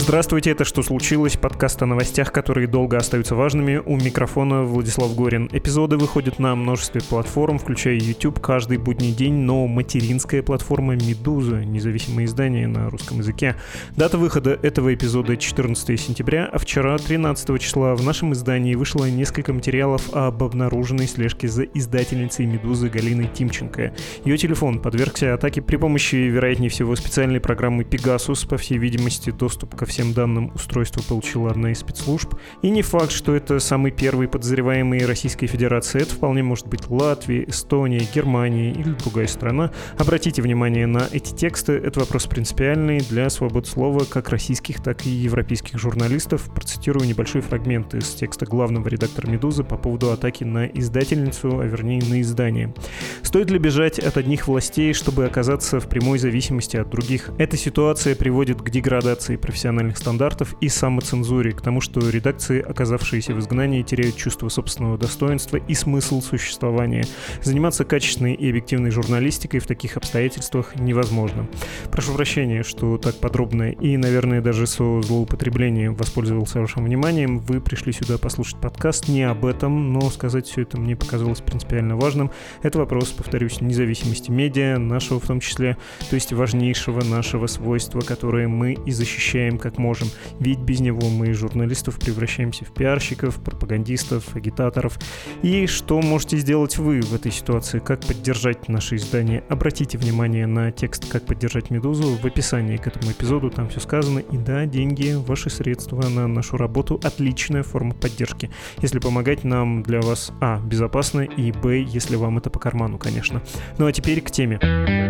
Здравствуйте, это «Что случилось?» Подкаст о новостях, которые долго остаются важными. У микрофона Владислав Горин. Эпизоды выходят на множестве платформ, включая YouTube, каждый будний день, но материнская платформа «Медуза», независимое издание на русском языке. Дата выхода этого эпизода 14 сентября, а вчера, 13 числа, в нашем издании вышло несколько материалов об обнаруженной слежке за издательницей «Медузы» Галиной Тимченко. Ее телефон подвергся атаке при помощи, вероятнее всего, специальной программы «Пегасус». По всей видимости, доступ ко всем данным устройства получила одна из спецслужб. И не факт, что это самый первый подозреваемый Российской Федерации. Это вполне может быть Латвия, Эстония, Германия или другая страна. Обратите внимание на эти тексты. Это вопрос принципиальный для свободы слова как российских, так и европейских журналистов. Процитирую небольшой фрагмент из текста главного редактора «Медузы» по поводу атаки на издательницу, а вернее на издание. Стоит ли бежать от одних властей, чтобы оказаться в прямой зависимости от других? Эта ситуация приводит к деградации профессиональных стандартов и самоцензуре, к тому, что редакции, оказавшиеся в изгнании, теряют чувство собственного достоинства и смысл существования. Заниматься качественной и объективной журналистикой в таких обстоятельствах невозможно. Прошу прощения, что так подробно и, наверное, даже со злоупотреблением воспользовался вашим вниманием. Вы пришли сюда послушать подкаст не об этом, но сказать все это мне показалось принципиально важным. Это вопрос, повторюсь, независимости медиа, нашего в том числе, то есть важнейшего нашего свойства, которое мы и защищаем как можем. Ведь без него мы, журналистов, превращаемся в пиарщиков, пропагандистов, агитаторов. И что можете сделать вы в этой ситуации? Как поддержать наше издание? Обратите внимание на текст «Как поддержать Медузу» в описании к этому эпизоду. Там все сказано. И да, деньги, ваши средства на нашу работу — отличная форма поддержки. Если помогать нам для вас, безопасно, и если вам это по карману, конечно. Ну а теперь к теме.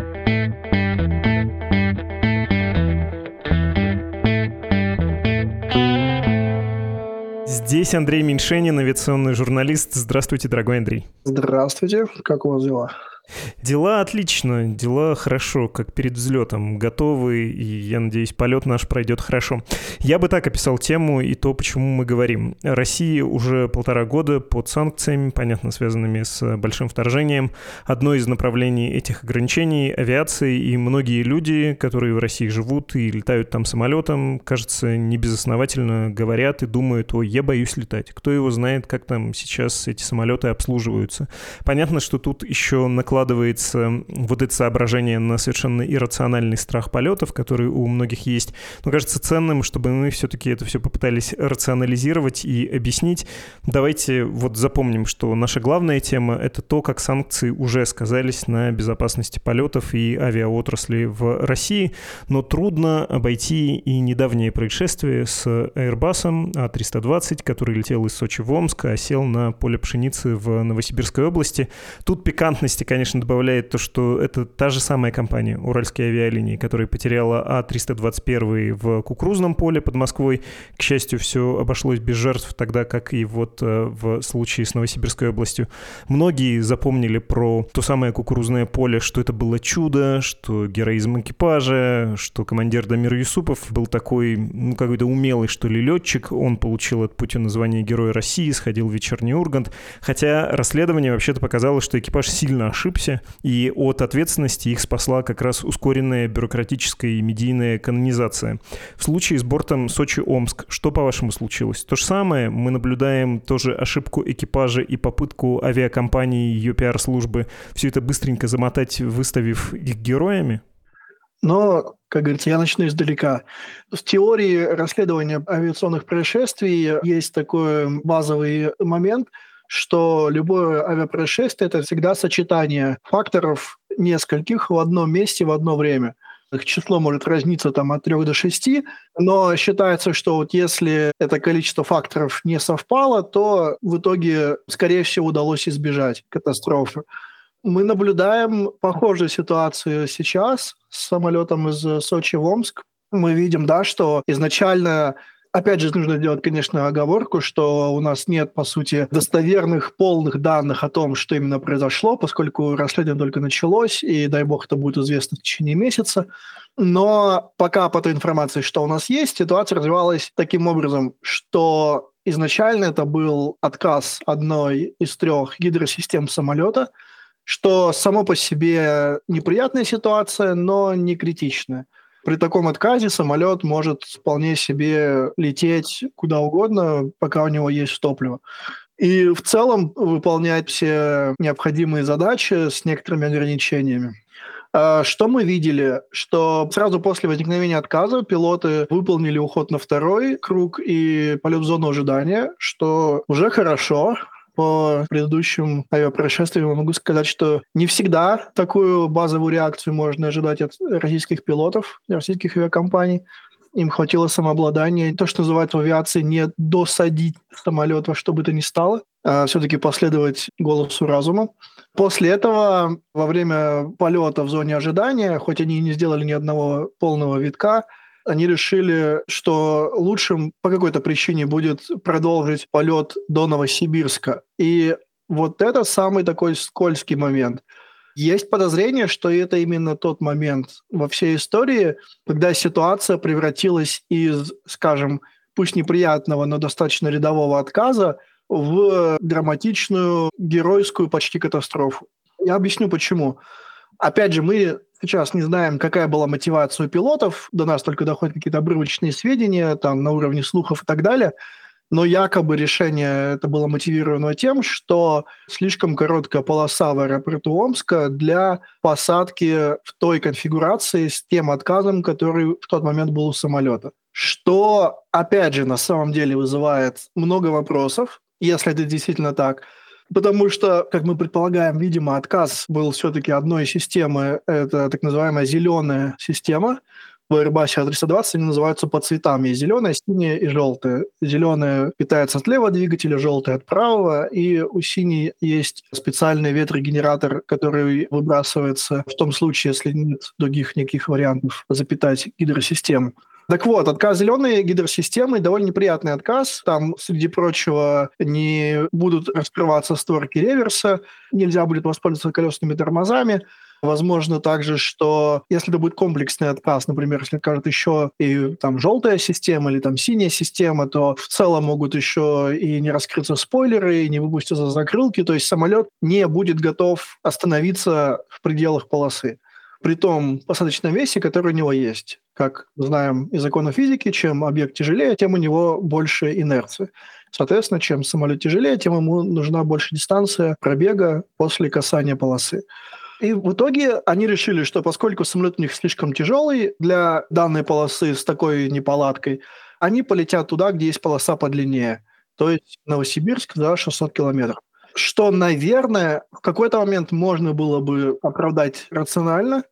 Здесь Андрей Меньшенин, авиационный журналист. Здравствуйте, дорогой Андрей. Здравствуйте. Как у вас дела? Дела отлично, дела хорошо, как перед взлетом, готовы, и, я надеюсь, полет наш пройдет хорошо. Я бы так описал тему и то, почему мы говорим. Россия уже 1,5 года под санкциями, понятно, связанными с большим вторжением. Одно из направлений этих ограничений — авиация, и многие люди, которые в России живут и летают там самолетом, кажется, небезосновательно говорят и думают: «Ой, я боюсь летать». Кто его знает, как там сейчас эти самолеты обслуживаются. Понятно, что тут еще накладывается вот это соображение на совершенно иррациональный страх полетов, который у многих есть. Но кажется ценным, чтобы мы все-таки это все попытались рационализировать и объяснить. Давайте вот запомним, что наша главная тема — это то, как санкции уже сказались на безопасности полетов и авиаотрасли в России. Но трудно обойти и недавнее происшествие с Airbus A320, который летел из Сочи в Омск, а сел на поле пшеницы в Новосибирской области. Тут пикантности, конечно, добавляет то, что это та же самая компания, Уральские авиалинии, которая потеряла А321 в кукурузном поле под Москвой. К счастью, все обошлось без жертв, тогда как и вот в случае с Новосибирской областью. Многие запомнили про то самое кукурузное поле, что это было чудо, что героизм экипажа, что командир Дамир Юсупов был такой, какой-то умелый, что ли, летчик. Он получил от Путина звание Героя России, сходил в вечерний Ургант. Хотя расследование вообще-то показало, что экипаж сильно ошибся, и от ответственности их спасла как раз ускоренная бюрократическая и медийная канонизация. В случае с бортом Сочи-Омск, что, по-вашему, случилось? То же самое, мы наблюдаем тоже ошибку экипажа и попытку авиакомпании и ее пиар-службы все это быстренько замотать, выставив их героями? Но, как говорится, я начну издалека. В теории расследования авиационных происшествий есть такой базовый момент, что любое авиапроисшествие — это всегда сочетание факторов нескольких в одном месте в одно время. Их число может разниться там от 3 до 6, но считается, что вот если это количество факторов не совпало, то в итоге, скорее всего, удалось избежать катастрофы. Мы наблюдаем похожую ситуацию сейчас с самолетом из Сочи в Омск. Мы видим, что изначально... Опять же, нужно сделать, конечно, оговорку, что у нас нет, по сути, достоверных, полных данных о том, что именно произошло, поскольку расследование только началось, и, дай бог, это будет известно в течение месяца. Но пока по той информации, что у нас есть, ситуация развивалась таким образом, что изначально это был отказ одной из 3 гидросистем самолета, что само по себе неприятная ситуация, но не критичная. При таком отказе самолет может вполне себе лететь куда угодно, пока у него есть топливо. И в целом выполнять все необходимые задачи с некоторыми ограничениями. Что мы видели? Что сразу после возникновения отказа пилоты выполнили уход на второй круг и полет в зону ожидания, что уже хорошо. По предыдущим авиапроисшествиям могу сказать, что не всегда такую базовую реакцию можно ожидать от российских пилотов, российских авиакомпаний. Им хватило самообладания. То, что называют в авиации, не досадить самолет во что бы то ни стало, а все-таки последовать голосу разума. После этого, во время полета в зоне ожидания, хоть они и не сделали ни одного полного витка, они решили, что лучшим по какой-то причине будет продолжить полет до Новосибирска. И вот это самый такой скользкий момент. Есть подозрение, что это именно тот момент во всей истории, когда ситуация превратилась из, скажем, пусть неприятного, но достаточно рядового отказа в драматичную, геройскую почти катастрофу. Я объясню, почему. Опять же, мы сейчас не знаем, какая была мотивация у пилотов, до нас только доходят какие-то обрывочные сведения там, на уровне слухов и так далее, но якобы решение это было мотивировано тем, что слишком короткая полоса в аэропорту Омска для посадки в той конфигурации с тем отказом, который в тот момент был у самолета. Что, опять же, на самом деле вызывает много вопросов, если это действительно так. Потому что, как мы предполагаем, видимо, отказ был все-таки одной системы, это так называемая зеленая система. В Airbus A320 они называются по цветам. Есть зеленая, синяя и желтая. Зеленая питается от левого двигателя, желтая от правого, и у синей есть специальный ветрогенератор, который выбрасывается в том случае, если нет других никаких вариантов запитать гидросистему. Так вот, отказ зеленой гидросистемы довольно неприятный отказ. Там, среди прочего, не будут раскрываться створки реверса, нельзя будет воспользоваться колесными тормозами. Возможно также, что если это будет комплексный отказ, например, если откажет еще и там желтая система или там синяя система, то в целом могут еще и не раскрыться спойлеры, и не выпустятся закрылки, то есть самолет не будет готов остановиться в пределах полосы. При том посадочном весе, который у него есть. Как знаем из закона физики, чем объект тяжелее, тем у него больше инерции. Соответственно, чем самолет тяжелее, тем ему нужна больше дистанция пробега после касания полосы. И в итоге они решили, что поскольку самолет у них слишком тяжелый для данной полосы с такой неполадкой, они полетят туда, где есть полоса подлиннее, то есть Новосибирск за 600 километров. Что, наверное, в какой-то момент можно было бы оправдать рационально,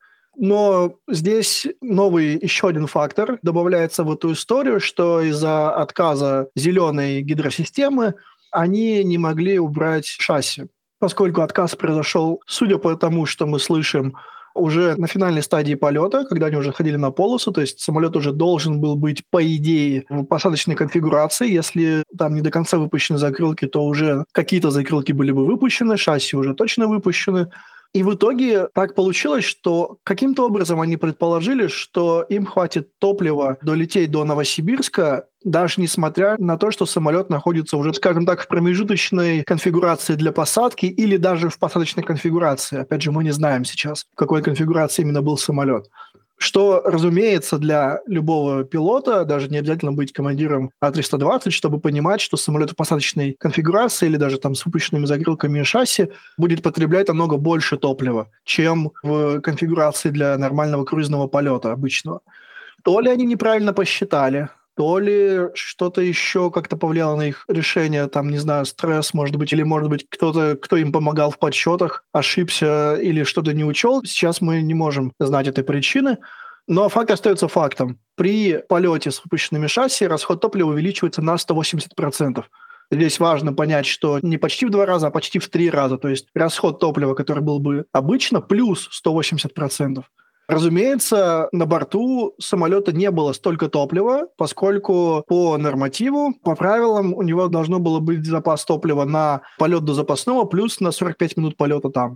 но здесь новый еще один фактор добавляется в эту историю, что из-за отказа зеленой гидросистемы они не могли убрать шасси. Поскольку отказ произошел, судя по тому, что мы слышим, уже на финальной стадии полета, когда они уже ходили на полосу, то есть самолет уже должен был быть, по идее, в посадочной конфигурации. Если там не до конца выпущены закрылки, то уже какие-то закрылки были бы выпущены, шасси уже точно выпущены. И в итоге так получилось, что каким-то образом они предположили, что им хватит топлива долететь до Новосибирска, даже несмотря на то, что самолет находится уже, скажем так, в промежуточной конфигурации для посадки или даже в посадочной конфигурации. Опять же, мы не знаем сейчас, в какой конфигурации именно был самолет. Что, разумеется, для любого пилота, даже не обязательно быть командиром А320, чтобы понимать, что самолет в посадочной конфигурации или даже там с выпущенными закрылками и шасси будет потреблять намного больше топлива, чем в конфигурации для нормального круизного полета обычного. То ли они неправильно посчитали, то ли что-то еще как-то повлияло на их решение, там, не знаю, стресс, может быть, или, может быть, кто-то, кто им помогал в подсчетах, ошибся или что-то не учел. Сейчас мы не можем знать этой причины, но факт остается фактом. При полете с выпущенными шасси расход топлива увеличивается на 180%. Здесь важно понять, что не почти в 2 раза, а почти в 3 раза. То есть расход топлива, который был бы обычно, плюс 180%. Разумеется, на борту самолета не было столько топлива, поскольку по нормативу, по правилам, у него должно было быть запас топлива на полет до запасного плюс на 45 минут полета там.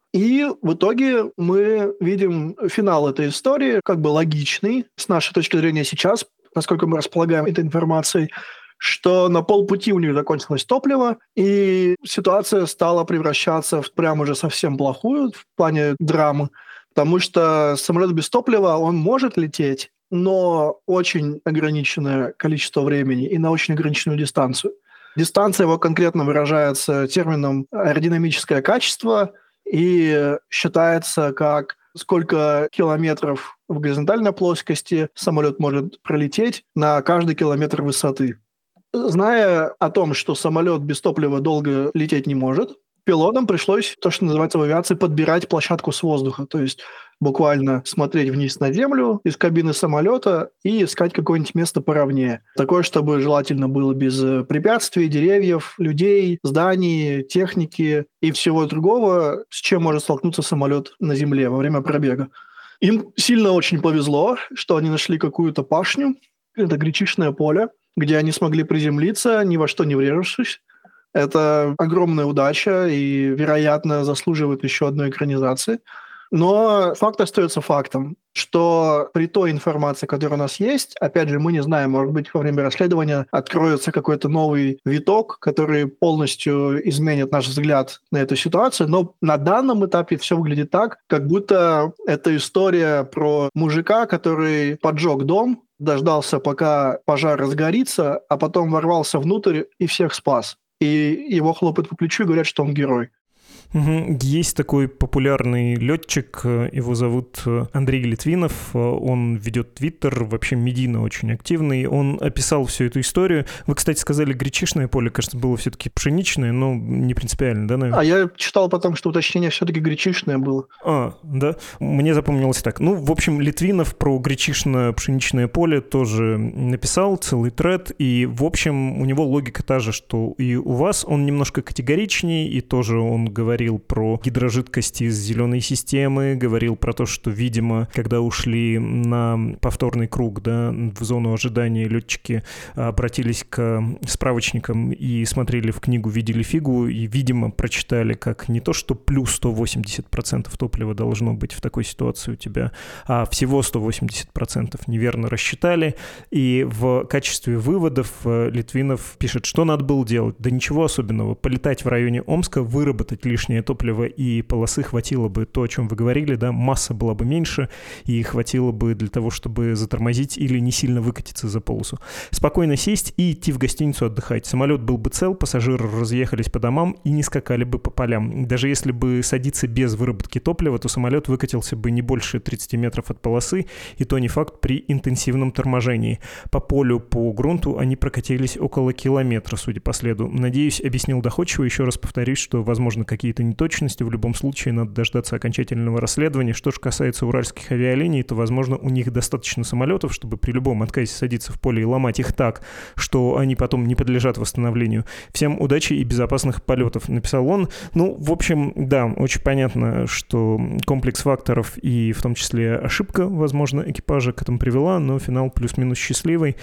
И в итоге мы видим финал этой истории, как бы логичный с нашей точки зрения сейчас, поскольку мы располагаем этой информацией, что на полпути у них закончилось топливо, и ситуация стала превращаться в прям уже совсем плохую в плане драмы. Потому что самолет без топлива, он может лететь, но очень ограниченное количество времени и на очень ограниченную дистанцию. Дистанция его конкретно выражается термином аэродинамическое качество и считается как сколько километров в горизонтальной плоскости самолет может пролететь на каждый километр высоты. Зная о том, что самолет без топлива долго лететь не может, пилотам пришлось, то, что называется в авиации, подбирать площадку с воздуха. То есть буквально смотреть вниз на землю из кабины самолета и искать какое-нибудь место поровнее. Такое, чтобы желательно было без препятствий, деревьев, людей, зданий, техники и всего другого, с чем может столкнуться самолет на земле во время пробега. Им сильно очень повезло, что они нашли какую-то пашню, это гречишное поле, где они смогли приземлиться, ни во что не врезавшись. Это огромная удача и, вероятно, заслуживает еще одной экранизации. Но факт остается фактом, что при той информации, которая у нас есть, опять же, мы не знаем, может быть, во время расследования откроется какой-то новый виток, который полностью изменит наш взгляд на эту ситуацию, но на данном этапе все выглядит так, как будто это история про мужика, который поджег дом, дождался, пока пожар разгорится, а потом ворвался внутрь и всех спас. И его хлопают по плечу и говорят, что он герой. Есть такой популярный летчик, его зовут Андрей Литвинов, он ведет Твиттер, вообще медийно очень активный, он описал всю эту историю. Вы, кстати, сказали гречишное поле, кажется, было все-таки пшеничное, но не принципиально, да, наверное? А я читал потом, что уточнение все-таки гречишное было. Да? Мне запомнилось так. Ну, в общем, Литвинов про гречишно-пшеничное поле тоже написал целый тред, и, в общем, у него логика та же, что и у вас, он немножко категоричнее, и тоже он говорил про гидрожидкости из зеленой системы, говорил про то, что, видимо, когда ушли на повторный круг, да, в зону ожидания, летчики обратились к справочникам и смотрели в книгу «Видели фигу», и, видимо, прочитали, как не то, что плюс 180% топлива должно быть в такой ситуации у тебя, а всего 180% неверно рассчитали. И в качестве выводов Литвинов пишет, что надо было делать. Да ничего особенного. Полетать в районе Омска, выработать лишнее топлива и полосы хватило бы, то, о чем вы говорили, да, масса была бы меньше, и хватило бы для того, чтобы затормозить или не сильно выкатиться за полосу. Спокойно сесть и идти в гостиницу отдыхать. Самолет был бы цел, пассажиры разъехались по домам и не скакали бы по полям. Даже если бы садиться без выработки топлива, то самолет выкатился бы не больше 30 метров от полосы, и то не факт при интенсивном торможении. По полю, по грунту они прокатились около километра, судя по следу. Надеюсь, объяснил доходчиво. Еще раз повторюсь, что, возможно, какие-то неточности. В любом случае, надо дождаться окончательного расследования. Что же касается уральских авиалиний, то, возможно, у них достаточно самолетов, чтобы при любом отказе садиться в поле и ломать их так, что они потом не подлежат восстановлению. Всем удачи и безопасных полетов, написал он. Ну, в общем, да, очень понятно, что комплекс факторов и в том числе ошибка, возможно, экипажа к этому привела, но финал плюс-минус счастливый.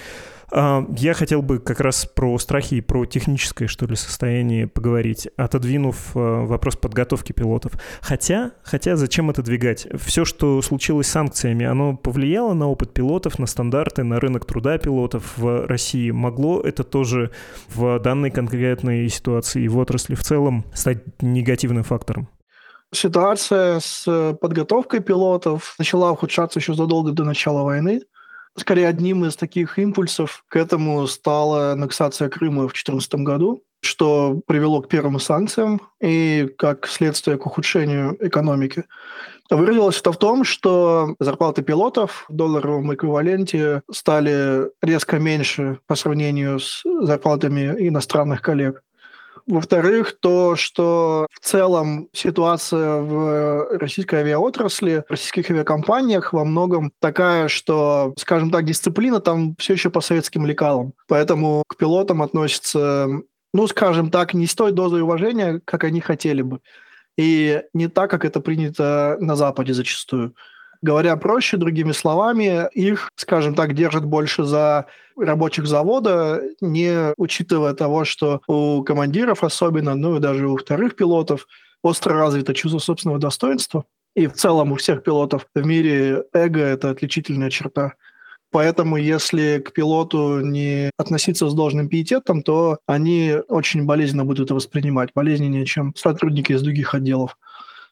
Я хотел бы как раз про страхи и про техническое, что ли, состояние поговорить, отодвинув вопрос подготовки пилотов. Хотя зачем отодвигать? Все, что случилось с санкциями, оно повлияло на опыт пилотов, на стандарты, на рынок труда пилотов в России? Могло это тоже в данной конкретной ситуации и в отрасли в целом стать негативным фактором? Ситуация с подготовкой пилотов начала ухудшаться еще задолго до начала войны. Скорее, одним из таких импульсов к этому стала аннексация Крыма в 2014 году, что привело к первым санкциям и, как следствие, к ухудшению экономики. Выразилось это в том, что зарплаты пилотов в долларовом эквиваленте стали резко меньше по сравнению с зарплатами иностранных коллег. Во-вторых, то, что в целом ситуация в российской авиаотрасли, в российских авиакомпаниях во многом такая, что, скажем так, дисциплина там все еще по советским лекалам. Поэтому к пилотам относятся, ну, скажем так, не с той дозой уважения, как они хотели бы. И не так, как это принято на Западе зачастую. Говоря проще, другими словами, их, скажем так, держат больше за рабочих завода, не учитывая того, что у командиров особенно, ну и даже у вторых пилотов остро развито чувство собственного достоинства. И в целом у всех пилотов в мире эго – это отличительная черта. Поэтому если к пилоту не относиться с должным пиететом, то они очень болезненно будут это воспринимать, болезненнее, чем сотрудники из других отделов.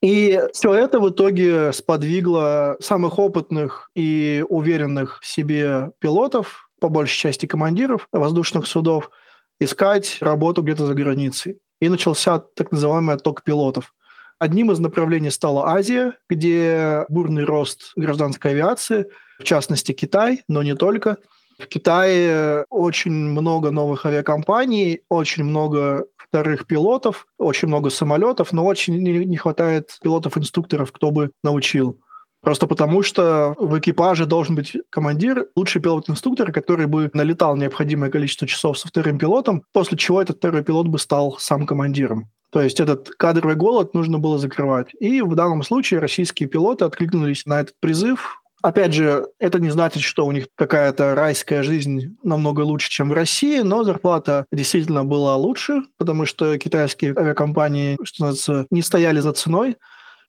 И все это в итоге сподвигло самых опытных и уверенных в себе пилотов, по большей части командиров воздушных судов, искать работу где-то за границей. И начался так называемый отток пилотов. Одним из направлений стала Азия, где бурный рост гражданской авиации, в частности Китай, но не только. В Китае очень много новых авиакомпаний, очень много вторых пилотов, очень много самолетов, но очень не хватает пилотов-инструкторов, кто бы научил. Просто потому, что в экипаже должен быть командир, лучший пилот-инструктор, который бы налетал необходимое количество часов со вторым пилотом, после чего этот второй пилот бы стал сам командиром. То есть этот кадровый голод нужно было закрывать. И в данном случае российские пилоты откликнулись на этот призыв. Опять же, это не значит, что у них какая-то райская жизнь намного лучше, чем в России, но зарплата действительно была лучше, потому что китайские авиакомпании, что называется, не стояли за ценой.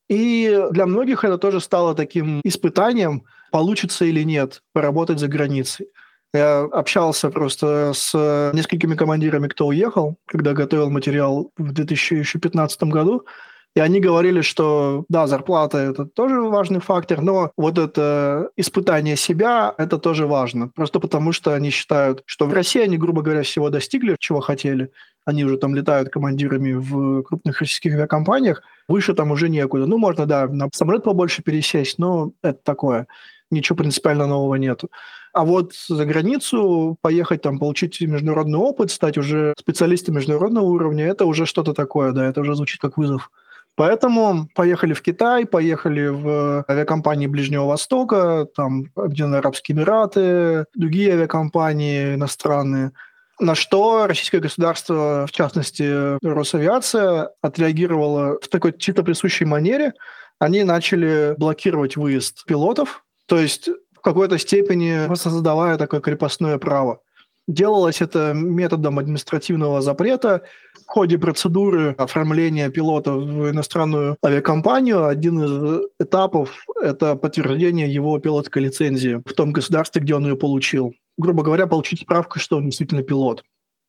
И для многих это тоже стало таким испытанием, получится или нет поработать за границей. Я общался просто с несколькими командирами, кто уехал, когда готовил материал в 2015 году, и они говорили, что да, зарплата – это тоже важный фактор, но вот это испытание себя – это тоже важно. Просто потому, что они считают, что в России они, грубо говоря, всего достигли, чего хотели. Они уже там летают командирами в крупных российских авиакомпаниях, выше там уже некуда. Ну, можно, да, на самолет побольше пересесть, но это такое. Ничего принципиально нового нету. А вот за границу поехать там, получить международный опыт, стать уже специалистом международного уровня – это уже что-то такое, да, это уже звучит как вызов. Поэтому поехали в Китай, поехали в авиакомпании Ближнего Востока, там Объединенные Арабские Эмираты, другие авиакомпании иностранные. На что российское государство, в частности Росавиация, отреагировало в такой чисто присущей манере. Они начали блокировать выезд пилотов, то есть в какой-то степени создавая такое крепостное право. Делалось это методом административного запрета. В ходе процедуры оформления пилота в иностранную авиакомпанию один из этапов – это подтверждение его пилотской лицензии в том государстве, где он ее получил. Грубо говоря, получить справку, что он действительно пилот.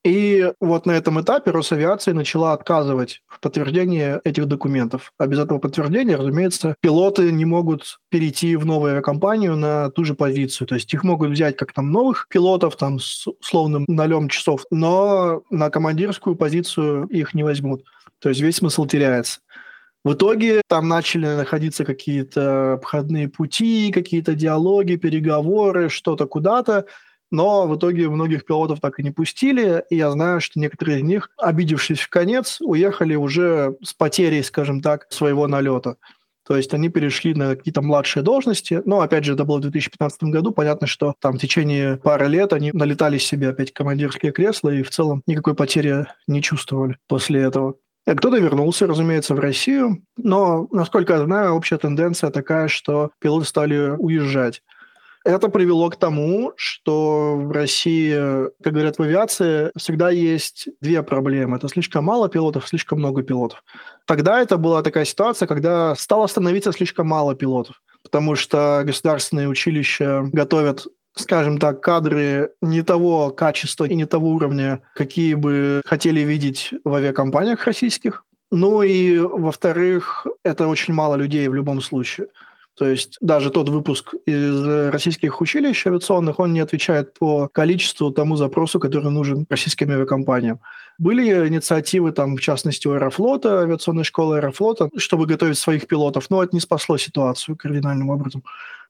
И вот на этом этапе Росавиация начала отказывать в подтверждении этих документов. А без этого подтверждения, разумеется, пилоты не могут перейти в новую авиакомпанию на ту же позицию. То есть их могут взять как там новых пилотов там с условным нолем часов, но на командирскую позицию их не возьмут. То есть весь смысл теряется. В итоге там начали находиться какие-то обходные пути, какие-то диалоги, переговоры, что-то куда-то. Но в итоге многих пилотов так и не пустили, и я знаю, что некоторые из них, обидевшись в конец, уехали уже с потерей, скажем так, своего налета. То есть они перешли на какие-то младшие должности. Но, опять же, это было в 2015 году. Понятно, что там в течение пары лет они налетали себе опять командирские кресла и в целом никакой потери не чувствовали после этого. Кто-то вернулся, разумеется, в Россию, но, насколько я знаю, общая тенденция такая, что пилоты стали уезжать. Это привело к тому, что в России, как говорят в авиации, всегда есть две проблемы. Это слишком мало пилотов, слишком много пилотов. Тогда это была такая ситуация, когда стало становиться слишком мало пилотов, потому что государственные училища готовят, скажем так, кадры не того качества и не того уровня, какие бы хотели видеть в авиакомпаниях российских. Ну и, во-вторых, это очень мало людей в любом случае. То есть даже тот выпуск из российских училищ авиационных, он не отвечает по количеству тому запросу, который нужен российским авиакомпаниям. Были инициативы, там, в частности, у Аэрофлота, авиационной школы Аэрофлота, чтобы готовить своих пилотов, но это не спасло ситуацию кардинальным образом.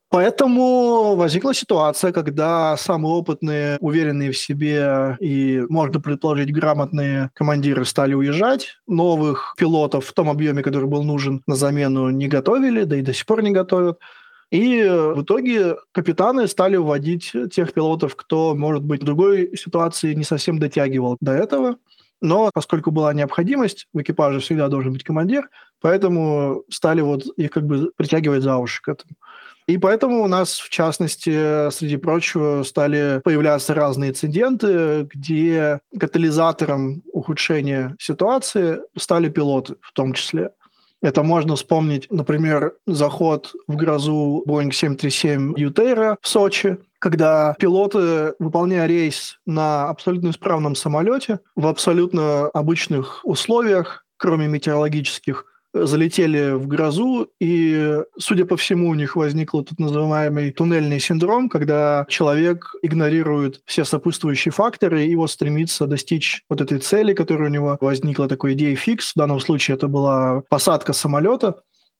Поэтому возникла ситуация, когда самые опытные, уверенные в себе и, можно предположить, грамотные командиры стали уезжать. Новых пилотов в том объеме, который был нужен на замену, не готовили, да и до сих пор не готовят. И в итоге капитаны стали вводить тех пилотов, кто, может быть, в другой ситуации не совсем дотягивал до этого. Но поскольку была необходимость, в экипаже всегда должен быть командир, поэтому стали вот их как бы притягивать за уши к этому. И поэтому у нас, в частности, среди прочего, стали появляться разные инциденты, где катализатором ухудшения ситуации стали пилоты в том числе. Это можно вспомнить, например, заход в грозу Boeing 737 Ютейра в Сочи, когда пилоты, выполняя рейс на абсолютно исправном самолете, в абсолютно обычных условиях, кроме метеорологических, залетели в грозу, и, судя по всему, у них возник так называемый туннельный синдром, когда человек игнорирует все сопутствующие факторы и вот стремится достичь вот этой цели, которая у него возникла, такой идеи фикс. В данном случае это была посадка самолета,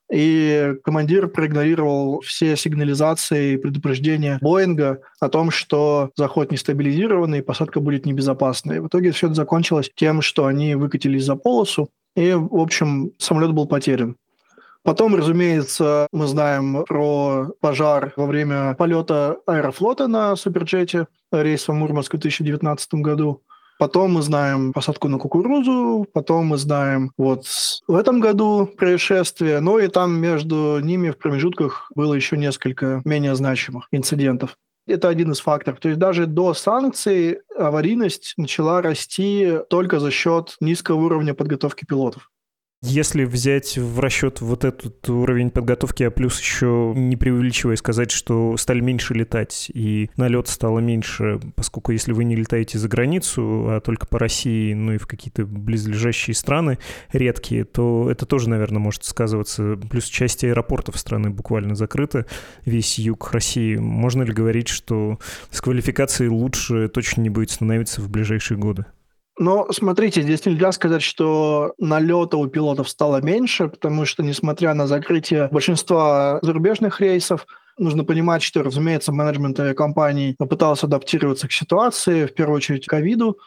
и командир проигнорировал все сигнализации и предупреждения Боинга о том, что заход нестабилизированный, посадка будет небезопасной. В итоге все это закончилось тем, что они выкатились за полосу, и, в общем, самолет был потерян. Потом, разумеется, мы знаем про пожар во время полета Аэрофлота на Суперджете, рейс в Мурманск в 2019 году. Потом мы знаем посадку на кукурузу, потом мы знаем в этом году происшествие, но и там между ними в промежутках было еще несколько менее значимых инцидентов. Это один из факторов. То есть даже до санкций аварийность начала расти только за счет низкого уровня подготовки пилотов. Если взять в расчет вот этот уровень подготовки, а плюс еще не преувеличивая сказать, что стали меньше летать и налет стало меньше, поскольку если вы не летаете за границу, а только по России, ну и в какие-то близлежащие страны редкие, то это тоже, наверное, может сказываться. Плюс часть аэропортов страны буквально закрыта, весь юг России. Можно ли говорить, что с квалификацией лучше точно не будет становиться в ближайшие годы? Но смотрите, здесь нельзя сказать, что налета у пилотов стало меньше, потому что, несмотря на закрытие большинства зарубежных рейсов, нужно понимать, что, разумеется, менеджмент авиакомпаний попытался адаптироваться к ситуации, в первую очередь к ковиду,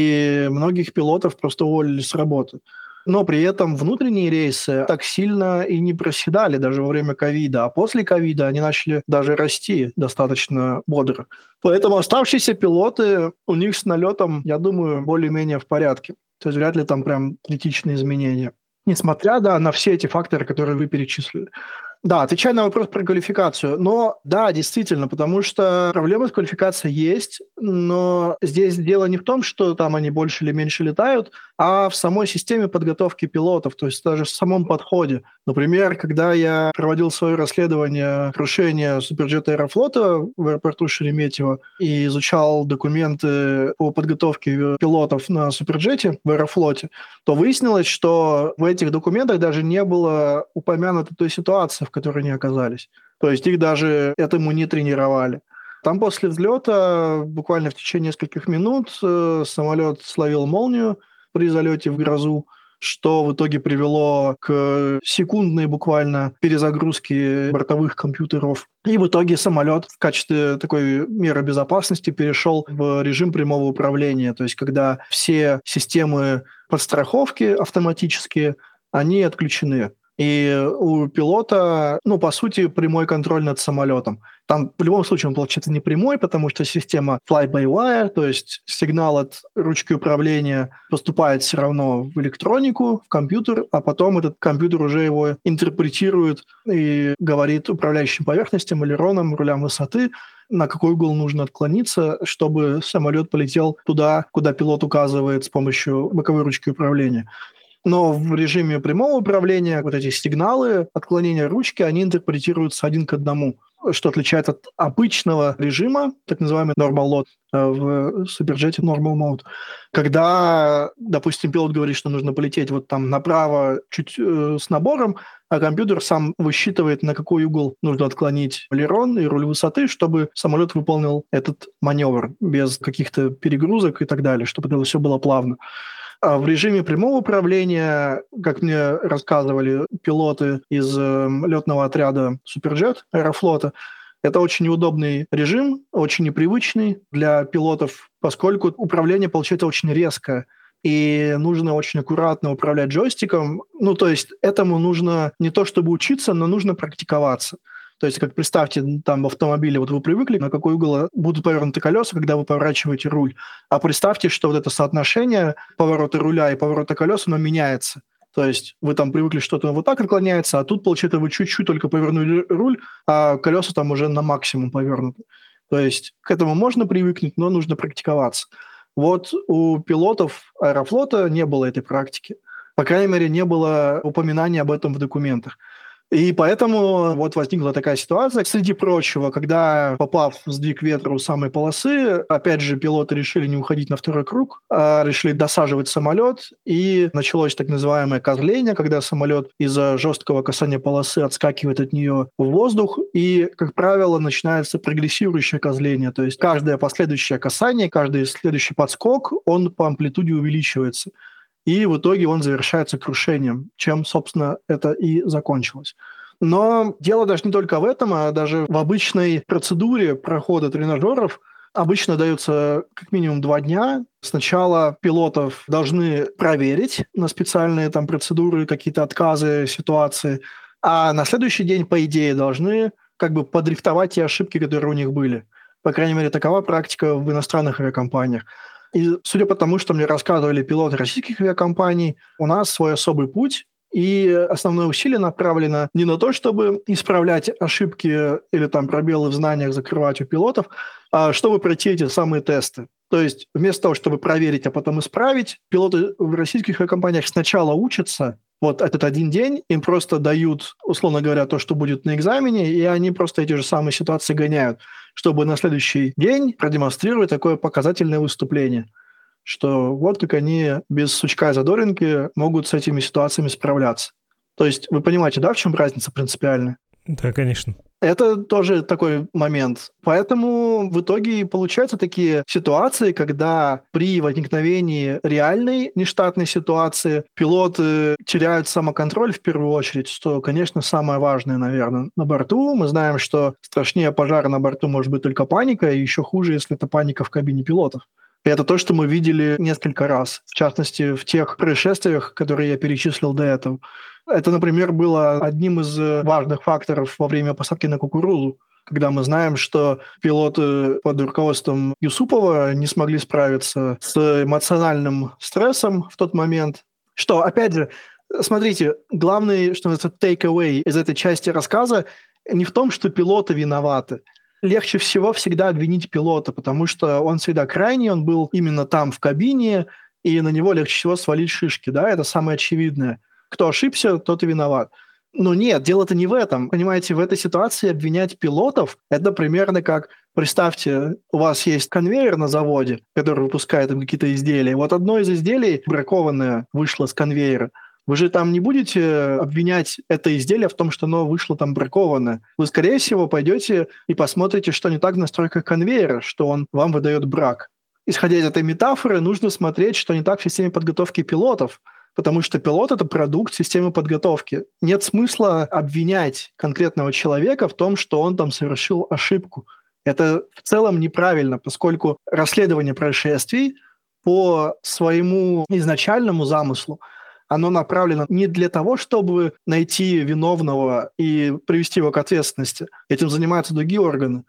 и многих пилотов просто уволили с работы. Но при этом внутренние рейсы так сильно и не проседали даже во время ковида, а после ковида они начали даже расти достаточно бодро. Поэтому оставшиеся пилоты, у них с налетом, я думаю, более-менее в порядке. То есть вряд ли там прям критичные изменения. Несмотря, на все эти факторы, которые вы перечислили. Да, отвечая на вопрос про квалификацию. Но да, действительно, потому что проблемы с квалификацией есть, но здесь дело не в том, что там они больше или меньше летают, а в самой системе подготовки пилотов, то есть даже в самом подходе. Например, когда я проводил свое расследование крушения Суперджета Аэрофлота в аэропорту Шереметьево и изучал документы по подготовке пилотов на Суперджете в Аэрофлоте, то выяснилось, что в этих документах даже не было упомянутой той ситуации, в которой они оказались. То есть их даже этому не тренировали. Там после взлета буквально в течение нескольких минут самолет словил молнию при залете в грозу, что в итоге привело к секундной буквально перезагрузке бортовых компьютеров. И в итоге самолет в качестве такой меры безопасности перешел в режим прямого управления, то есть когда все системы подстраховки автоматические, они отключены. И у пилота, по сути, прямой контроль над самолетом. Там в любом случае он получается не прямой, потому что система fly-by-wire, то есть сигнал от ручки управления поступает все равно в электронику, в компьютер, а потом этот компьютер уже его интерпретирует и говорит управляющим поверхностям, элеронам, рулям высоты, на какой угол нужно отклониться, чтобы самолет полетел туда, куда пилот указывает с помощью боковой ручки управления. Но в режиме прямого управления вот эти сигналы отклонения ручки, они интерпретируются один к одному, что отличает от обычного режима, так называемый normal load, в Суперджете normal mode. Когда, допустим, пилот говорит, что нужно полететь вот там направо чуть с набором, а компьютер сам высчитывает, на какой угол нужно отклонить элерон и руль высоты, чтобы самолет выполнил этот маневр без каких-то перегрузок и так далее, чтобы это все было плавно. А в режиме прямого управления, как мне рассказывали пилоты из летного отряда Суперджет Аэрофлота, это очень неудобный режим, очень непривычный для пилотов, поскольку управление получается очень резкое, и нужно очень аккуратно управлять джойстиком. То есть этому нужно не то чтобы учиться, но нужно практиковаться. То есть, как представьте, там в автомобиле вот вы привыкли, на какой угол будут повернуты колеса, когда вы поворачиваете руль. А представьте, что вот это соотношение поворота руля и поворота колес, оно меняется. То есть вы там привыкли, что-то вот так отклоняется, а тут, получается, вы чуть-чуть только повернули руль, а колеса там уже на максимум повернуты. То есть к этому можно привыкнуть, но нужно практиковаться. Вот у пилотов Аэрофлота не было этой практики. По крайней мере, не было упоминания об этом в документах. И поэтому вот возникла такая ситуация. Среди прочего, когда, попав в сдвиг ветра у самой полосы, опять же, пилоты решили не уходить на второй круг, а решили досаживать самолет, и началось так называемое козление, когда самолет из-за жесткого касания полосы отскакивает от нее в воздух, и, как правило, начинается прогрессирующее козление, то есть каждое последующее касание, каждый следующий подскок, он по амплитуде увеличивается. И в итоге он завершается крушением, чем, собственно, это и закончилось. Но дело даже не только в этом, а даже в обычной процедуре прохода тренажеров обычно дается как минимум 2 дня. Сначала пилотов должны проверить на специальные там процедуры, какие-то отказы, ситуации, а на следующий день, по идее, должны как бы подрихтовать те ошибки, которые у них были. По крайней мере, такова практика в иностранных авиакомпаниях. И судя по тому, что мне рассказывали пилоты российских авиакомпаний, у нас свой особый путь, и основное усилие направлено не на то, чтобы исправлять ошибки или там пробелы в знаниях закрывать у пилотов, а чтобы пройти эти самые тесты. То есть вместо того, чтобы проверить, а потом исправить, пилоты в российских авиакомпаниях сначала учатся, вот этот один день, им просто дают, условно говоря, то, что будет на экзамене, и они просто эти же самые ситуации гоняют, чтобы на следующий день продемонстрировать такое показательное выступление, что вот как они без сучка и задоринки могут с этими ситуациями справляться. То есть вы понимаете, да, в чем разница принципиальная? Да, конечно. Это тоже такой момент. Поэтому в итоге получаются такие ситуации, когда при возникновении реальной нештатной ситуации пилоты теряют самоконтроль в первую очередь, что, конечно, самое важное, наверное, на борту. Мы знаем, что страшнее пожара на борту может быть только паника, и еще хуже, если это паника в кабине пилотов. И это то, что мы видели несколько раз, в частности, в тех происшествиях, которые я перечислил до этого. Это, например, было одним из важных факторов во время посадки на кукурузу, когда мы знаем, что пилоты под руководством Юсупова не смогли справиться с эмоциональным стрессом в тот момент. Что, опять же, смотрите, главный, что называется, take-away из этой части рассказа не в том, что пилоты виноваты. Легче всего всегда обвинить пилота, потому что он всегда крайний, он был именно там в кабине, и на него легче всего свалить шишки, да, это самое очевидное. Кто ошибся, тот и виноват. Но нет, дело-то не в этом. Понимаете, в этой ситуации обвинять пилотов, это примерно как, представьте, у вас есть конвейер на заводе, который выпускает там какие-то изделия. Вот одно из изделий бракованное вышло с конвейера. Вы же там не будете обвинять это изделие в том, что оно вышло там бракованное. Вы, скорее всего, пойдете и посмотрите, что не так в настройках конвейера, что он вам выдает брак. Исходя из этой метафоры, нужно смотреть, что не так в системе подготовки пилотов, потому что пилот – это продукт системы подготовки. Нет смысла обвинять конкретного человека в том, что он там совершил ошибку. Это в целом неправильно, поскольку расследование происшествий по своему изначальному замыслу оно направлено не для того, чтобы найти виновного и привести его к ответственности. Этим занимаются другие органы.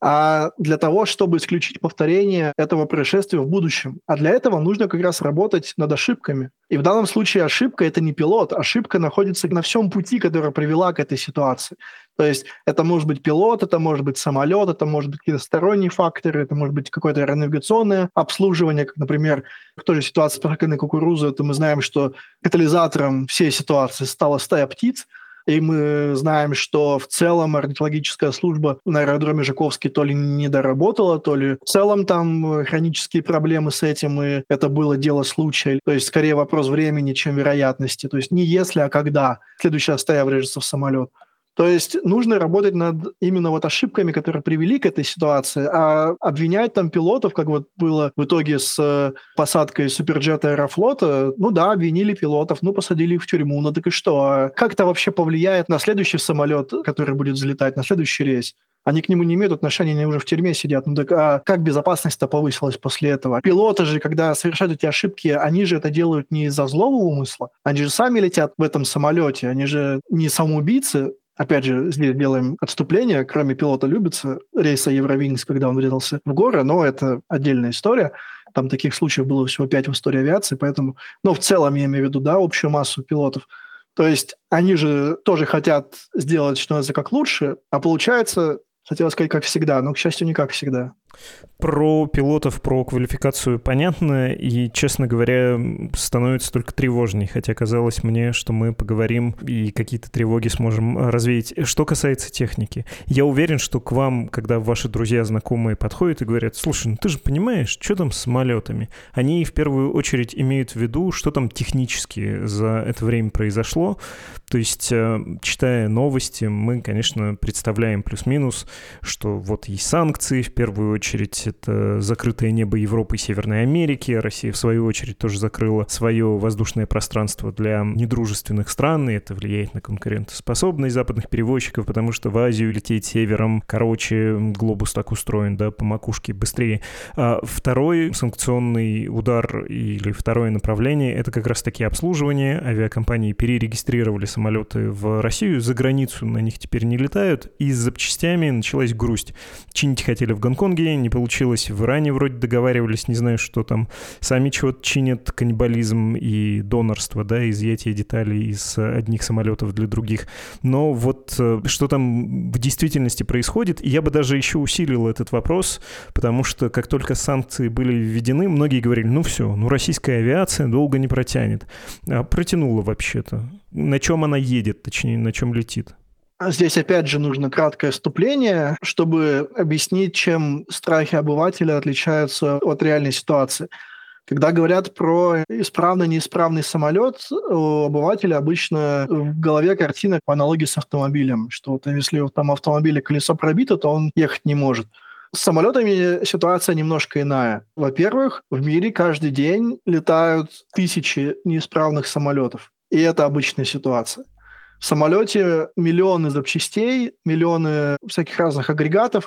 А для того, чтобы исключить повторение этого происшествия в будущем. А для этого нужно как раз работать над ошибками. И в данном случае ошибка – это не пилот. Ошибка находится на всем пути, которая привела к этой ситуации. То есть это может быть пилот, это может быть самолет, это может быть какие-то сторонние факторы, это может быть какое-то аэронавигационное обслуживание, как, например, в той же ситуации с посадкой на кукурузу, это мы знаем, что катализатором всей ситуации стала стая птиц, и мы знаем, что в целом орнитологическая служба на аэродроме Жуковский то ли не доработала, то ли в целом там хронические проблемы с этим, и это было дело случая. То есть скорее вопрос времени, чем вероятности. То есть не если, а когда следующая стая врежется в самолет. То есть нужно работать над именно вот ошибками, которые привели к этой ситуации, а обвинять там пилотов, как вот было в итоге с посадкой суперджета Аэрофлота, ну да, обвинили пилотов, ну посадили их в тюрьму, ну так и что? А как это вообще повлияет на следующий самолет, который будет взлетать, на следующий рейс? Они к нему не имеют отношения, они уже в тюрьме сидят. Ну так а как безопасность-то повысилась после этого? Пилоты же, когда совершают эти ошибки, они же это делают не из-за злого умысла, они же сами летят в этом самолете, они же не самоубийцы. Опять же, здесь делаем отступление. Кроме пилота Любица, рейса Евровинкс, когда он врезался в горы, но это отдельная история. Там таких случаев было всего 5 в истории авиации, поэтому... Но в целом я имею в виду, да, общую массу пилотов. То есть они же тоже хотят сделать, что называется, как лучше, а получается, хотелось сказать, как всегда, но, к счастью, не как всегда. Про пилотов, про квалификацию понятно, и, честно говоря, становится только тревожней, хотя казалось мне, что мы поговорим и какие-то тревоги сможем развеять. Что касается техники, я уверен, что к вам, когда ваши друзья, знакомые подходят и говорят: слушай, ну ты же понимаешь, что там с самолетами? Они в первую очередь имеют в виду, что там технически за это время произошло. То есть, читая новости, мы, конечно, представляем плюс-минус, что вот есть санкции, в первую очередь это закрытое небо Европы и Северной Америки. Россия, в свою очередь, тоже закрыла свое воздушное пространство для недружественных стран, и это влияет на конкурентоспособность западных перевозчиков, потому что в Азию лететь севером, короче, глобус так устроен, да, по макушке быстрее. А второй санкционный удар или второе направление — это как раз-таки обслуживание. Авиакомпании перерегистрировали самолеты в Россию, за границу на них теперь не летают, и с запчастями началась грусть. Чинить хотели в Гонконге, не получилось. В Иране вроде договаривались, не знаю, что там. Сами чего-то чинят, каннибализм и донорство, да, изъятие деталей из одних самолетов для других. Но вот что там в действительности происходит, я бы даже еще усилил этот вопрос, потому что как только санкции были введены, многие говорили: ну все, ну российская авиация долго не протянет. А протянула вообще-то. На чем она едет, точнее, на чем летит? Здесь опять же нужно краткое вступление, чтобы объяснить, чем страхи обывателя отличаются от реальной ситуации. Когда говорят про исправный-неисправный самолет, у обывателя обычно в голове картина по аналогии с автомобилем, что вот если в там автомобиле колесо пробито, то он ехать не может. С самолетами ситуация немножко иная. Во-первых, в мире каждый день летают тысячи неисправных самолетов, и это обычная ситуация. В самолете миллионы запчастей, миллионы всяких разных агрегатов,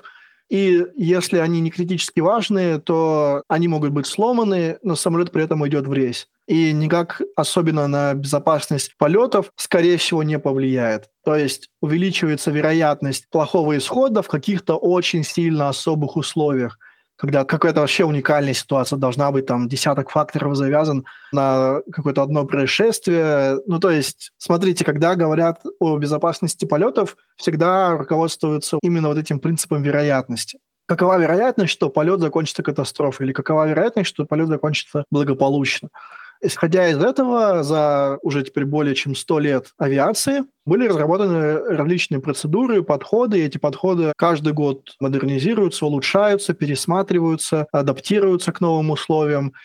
и если они не критически важные, то они могут быть сломаны, но самолет при этом идет в рейс. И никак особенно на безопасность полетов, скорее всего, не повлияет. То есть увеличивается вероятность плохого исхода в каких-то очень сильно особых условиях, когда какая-то вообще уникальная ситуация, должна быть там десяток факторов завязан на какое-то одно происшествие. Ну, то есть, смотрите, когда говорят о безопасности полетов, всегда руководствуются именно вот этим принципом вероятности. Какова вероятность, что полет закончится катастрофой, или какова вероятность, что полет закончится благополучно? Исходя из этого, за уже теперь более чем 100 лет авиации были разработаны различные процедуры, подходы, и эти подходы каждый год модернизируются, улучшаются, пересматриваются, адаптируются к новым условиям.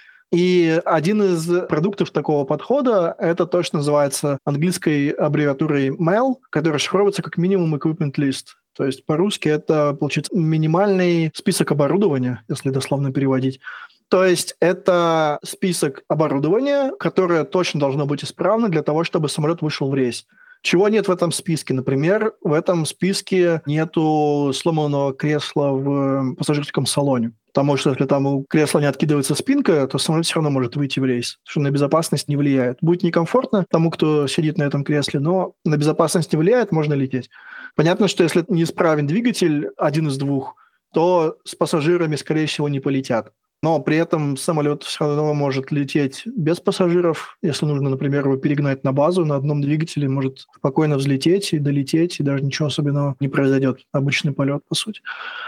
И один из продуктов такого подхода — это то, что называется английской аббревиатурой MEL, которая расшифровывается как Minimum Equipment List. То есть по-русски это, получается, минимальный список оборудования, если дословно переводить. То есть это список оборудования, которое точно должно быть исправно для того, чтобы самолет вышел в рейс. Чего нет в этом списке? Например, в этом списке нету сломанного кресла в пассажирском салоне. Потому что если там у кресла не откидывается спинка, то самолет все равно может выйти в рейс, что на безопасность не влияет. Будет некомфортно тому, кто сидит на этом кресле, но на безопасность не влияет, можно лететь. Понятно, что если неисправен двигатель, один из двух, то с пассажирами, скорее всего, не полетят. Но при этом самолет все равно может лететь без пассажиров. Если нужно, например, его перегнать на базу, на одном двигателе может спокойно взлететь и долететь, и даже ничего особенного не произойдет. Обычный полет, по сути.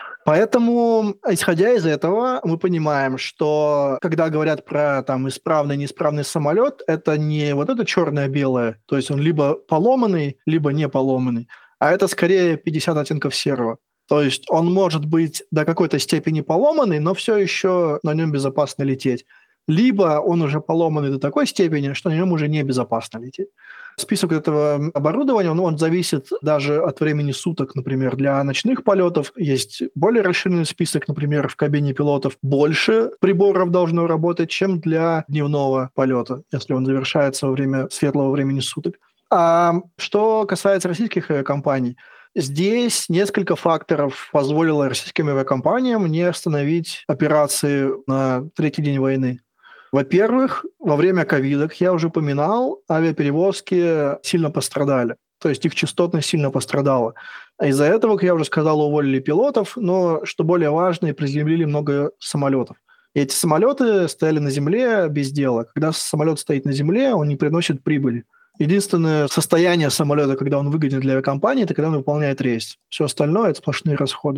Поэтому, исходя из этого, мы понимаем, что когда говорят про там исправный, неисправный самолет, это не вот это черное-белое, то есть он либо поломанный, либо не поломанный, а это скорее 50 оттенков серого. То есть он может быть до какой-то степени поломанный, но все еще на нем безопасно лететь. Либо он уже поломанный до такой степени, что на нем уже небезопасно лететь. Список этого оборудования, он зависит даже от времени суток, например. Для ночных полетов есть более расширенный список, например, в кабине пилотов больше приборов должно работать, чем для дневного полета, если он завершается во время светлого времени суток. А что касается российских авиакомпаний, здесь несколько факторов позволило российским авиакомпаниям не остановить операции на третий день войны. Во-первых, во время ковида, как я уже упоминал, авиаперевозки сильно пострадали. То есть их частотность сильно пострадала. А из-за этого, как я уже сказал, уволили пилотов, но, что более важно, приземлили много самолетов. И эти самолеты стояли на земле без дела. Когда самолет стоит на земле, он не приносит прибыли. Единственное состояние самолета, когда он выгоден для авиакомпании, это когда он выполняет рейс. Все остальное – это сплошные расходы.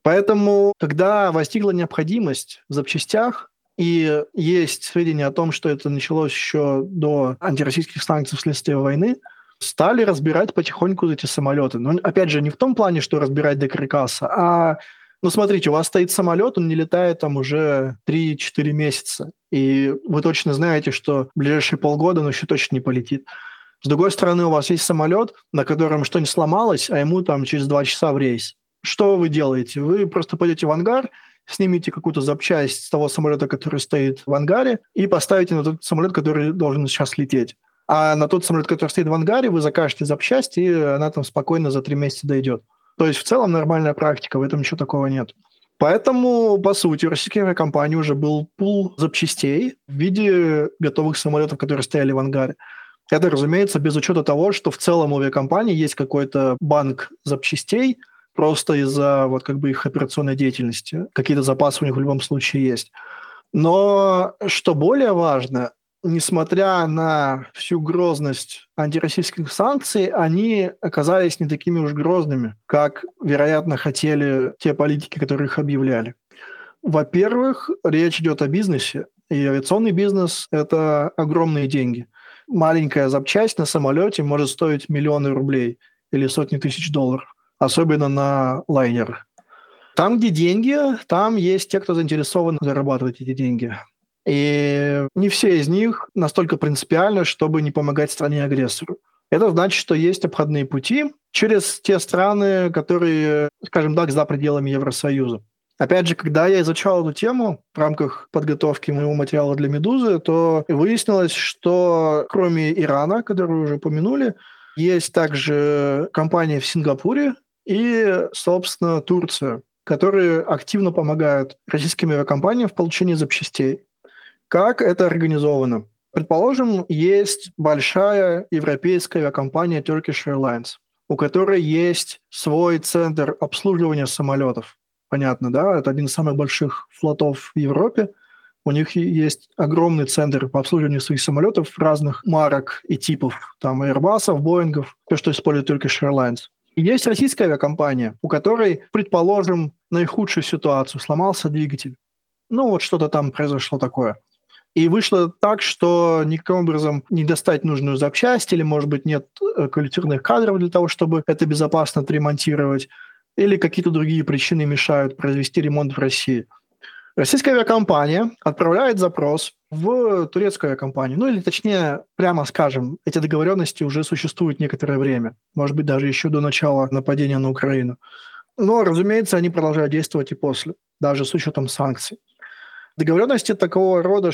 Поэтому, когда возникла необходимость в запчастях, и есть сведения о том, что это началось еще до антироссийских санкций вследствие войны, стали разбирать потихоньку эти самолеты. Но, опять же, не в том плане, что разбирать до каркаса, а, ну, смотрите, у вас стоит самолет, он не летает там уже 3-4 месяца, и вы точно знаете, что в ближайшие полгода он еще точно не полетит. С другой стороны, у вас есть самолет, на котором что-нибудь сломалось, а ему там через 2 часа в рейс. Что вы делаете? Вы просто пойдете в ангар, снимите какую-то запчасть с того самолета, который стоит в ангаре, и поставите на тот самолет, который должен сейчас лететь. А на тот самолет, который стоит в ангаре, вы закажете запчасть, и она там спокойно за 3 месяца дойдет. То есть в целом нормальная практика, в этом ничего такого нет. Поэтому, по сути, у российской авиакомпании уже был пул запчастей в виде готовых самолетов, которые стояли в ангаре. Это, разумеется, без учета того, что в целом у авиакомпании есть какой-то банк запчастей, просто из-за вот как бы их операционной деятельности. Какие-то запасы у них в любом случае есть. Но что более важно, несмотря на всю грозность антироссийских санкций, они оказались не такими уж грозными, как, вероятно, хотели те политики, которые их объявляли. Во-первых, речь идет о бизнесе, и авиационный бизнес – это огромные деньги. Маленькая запчасть на самолете может стоить миллионы рублей или сотни тысяч долларов, особенно на лайнерах. Там, где деньги, там есть те, кто заинтересован зарабатывать эти деньги. И не все из них настолько принципиальны, чтобы не помогать стране-агрессору. Это значит, что есть обходные пути через те страны, которые, скажем так, за пределами Евросоюза. Опять же, когда я изучал эту тему в рамках подготовки моего материала для «Медузы», то выяснилось, что кроме Ирана, которую уже упомянули, есть также компания в Сингапуре и, собственно, Турция, которые активно помогают российским авиакомпаниям в получении запчастей. Как это организовано? Предположим, есть большая европейская авиакомпания Turkish Airlines, у которой есть свой центр обслуживания самолетов. Понятно, да? Это один из самых больших флотов в Европе. У них есть огромный центр по обслуживанию своих самолетов разных марок и типов. Там Airbus, Boeing, то, что использует Turkish Airlines. И есть российская авиакомпания, у которой, предположим, наихудшую ситуацию, сломался двигатель. Ну, вот что-то там произошло такое. И вышло так, что никаким образом не достать нужную запчасть, или, может быть, нет квалифицированных кадров для того, чтобы это безопасно отремонтировать, или какие-то другие причины мешают произвести ремонт в России. Российская авиакомпания отправляет запрос в турецкую авиакомпанию. Ну или точнее, прямо скажем, эти договоренности уже существуют некоторое время. Может быть, даже еще до начала нападения на Украину. Но, разумеется, они продолжают действовать и после, даже с учетом санкций. Договоренности такого рода,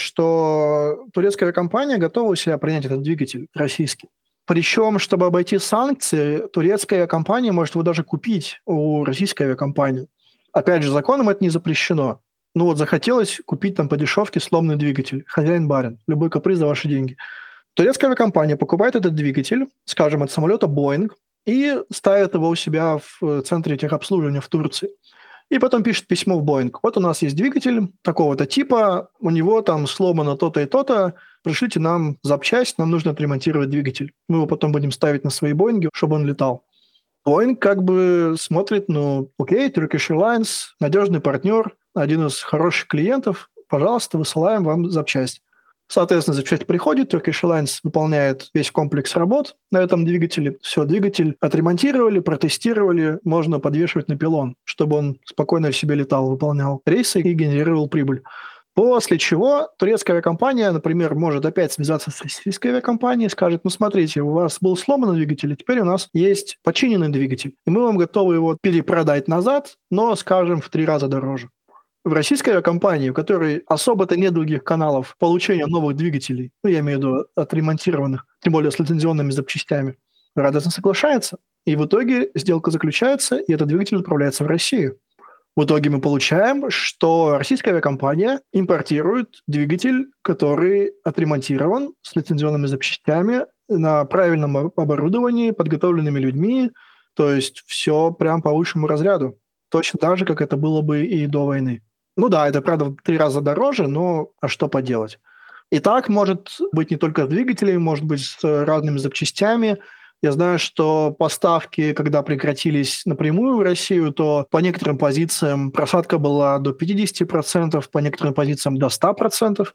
что турецкая авиакомпания готова у себя принять этот двигатель российский. Причем, чтобы обойти санкции, турецкая авиакомпания может его даже купить у российской авиакомпании. Опять же, законом это не запрещено. Ну вот захотелось купить там по дешевке сломанный двигатель. Хозяин-барин. Любой каприз за ваши деньги. Турецкая авиакомпания покупает этот двигатель, скажем, от самолета Boeing, и ставит его у себя в центре техобслуживания в Турции. И потом пишет письмо в Boeing. Вот у нас есть двигатель такого-то типа, у него там сломано то-то и то-то, пришлите нам запчасть, нам нужно отремонтировать двигатель. Мы его потом будем ставить на свои Боинги, чтобы он летал. Boeing как бы смотрит, ну, окей, Turkish Airlines, надежный партнер, один из хороших клиентов, пожалуйста, высылаем вам запчасть. Соответственно, запчасть приходит, Turkish Airlines выполняет весь комплекс работ на этом двигателе. Все, двигатель отремонтировали, протестировали, можно подвешивать на пилон, чтобы он спокойно себе летал, выполнял рейсы и генерировал прибыль. После чего турецкая авиакомпания, например, может опять связаться с российской авиакомпанией и скажет, ну смотрите, у вас был сломан двигатель, а теперь у нас есть починенный двигатель, и мы вам готовы его перепродать назад, но, скажем, в 3 раза дороже. В российской авиакомпании, у которой особо-то нет других каналов получения новых двигателей, ну, я имею в виду отремонтированных, тем более с лицензионными запчастями, радостно соглашается. И в итоге сделка заключается, и этот двигатель отправляется в Россию. В итоге мы получаем, что российская авиакомпания импортирует двигатель, который отремонтирован с лицензионными запчастями на правильном оборудовании, подготовленными людьми, то есть все прям по высшему разряду. Точно так же, как это было бы и до войны. Ну да, это, правда, в 3 раза дороже, но а что поделать? И так может быть не только с двигателями, может быть с разными запчастями. Я знаю, что поставки, когда прекратились напрямую в Россию, то по некоторым позициям просадка была до 50%, по некоторым позициям до 100%.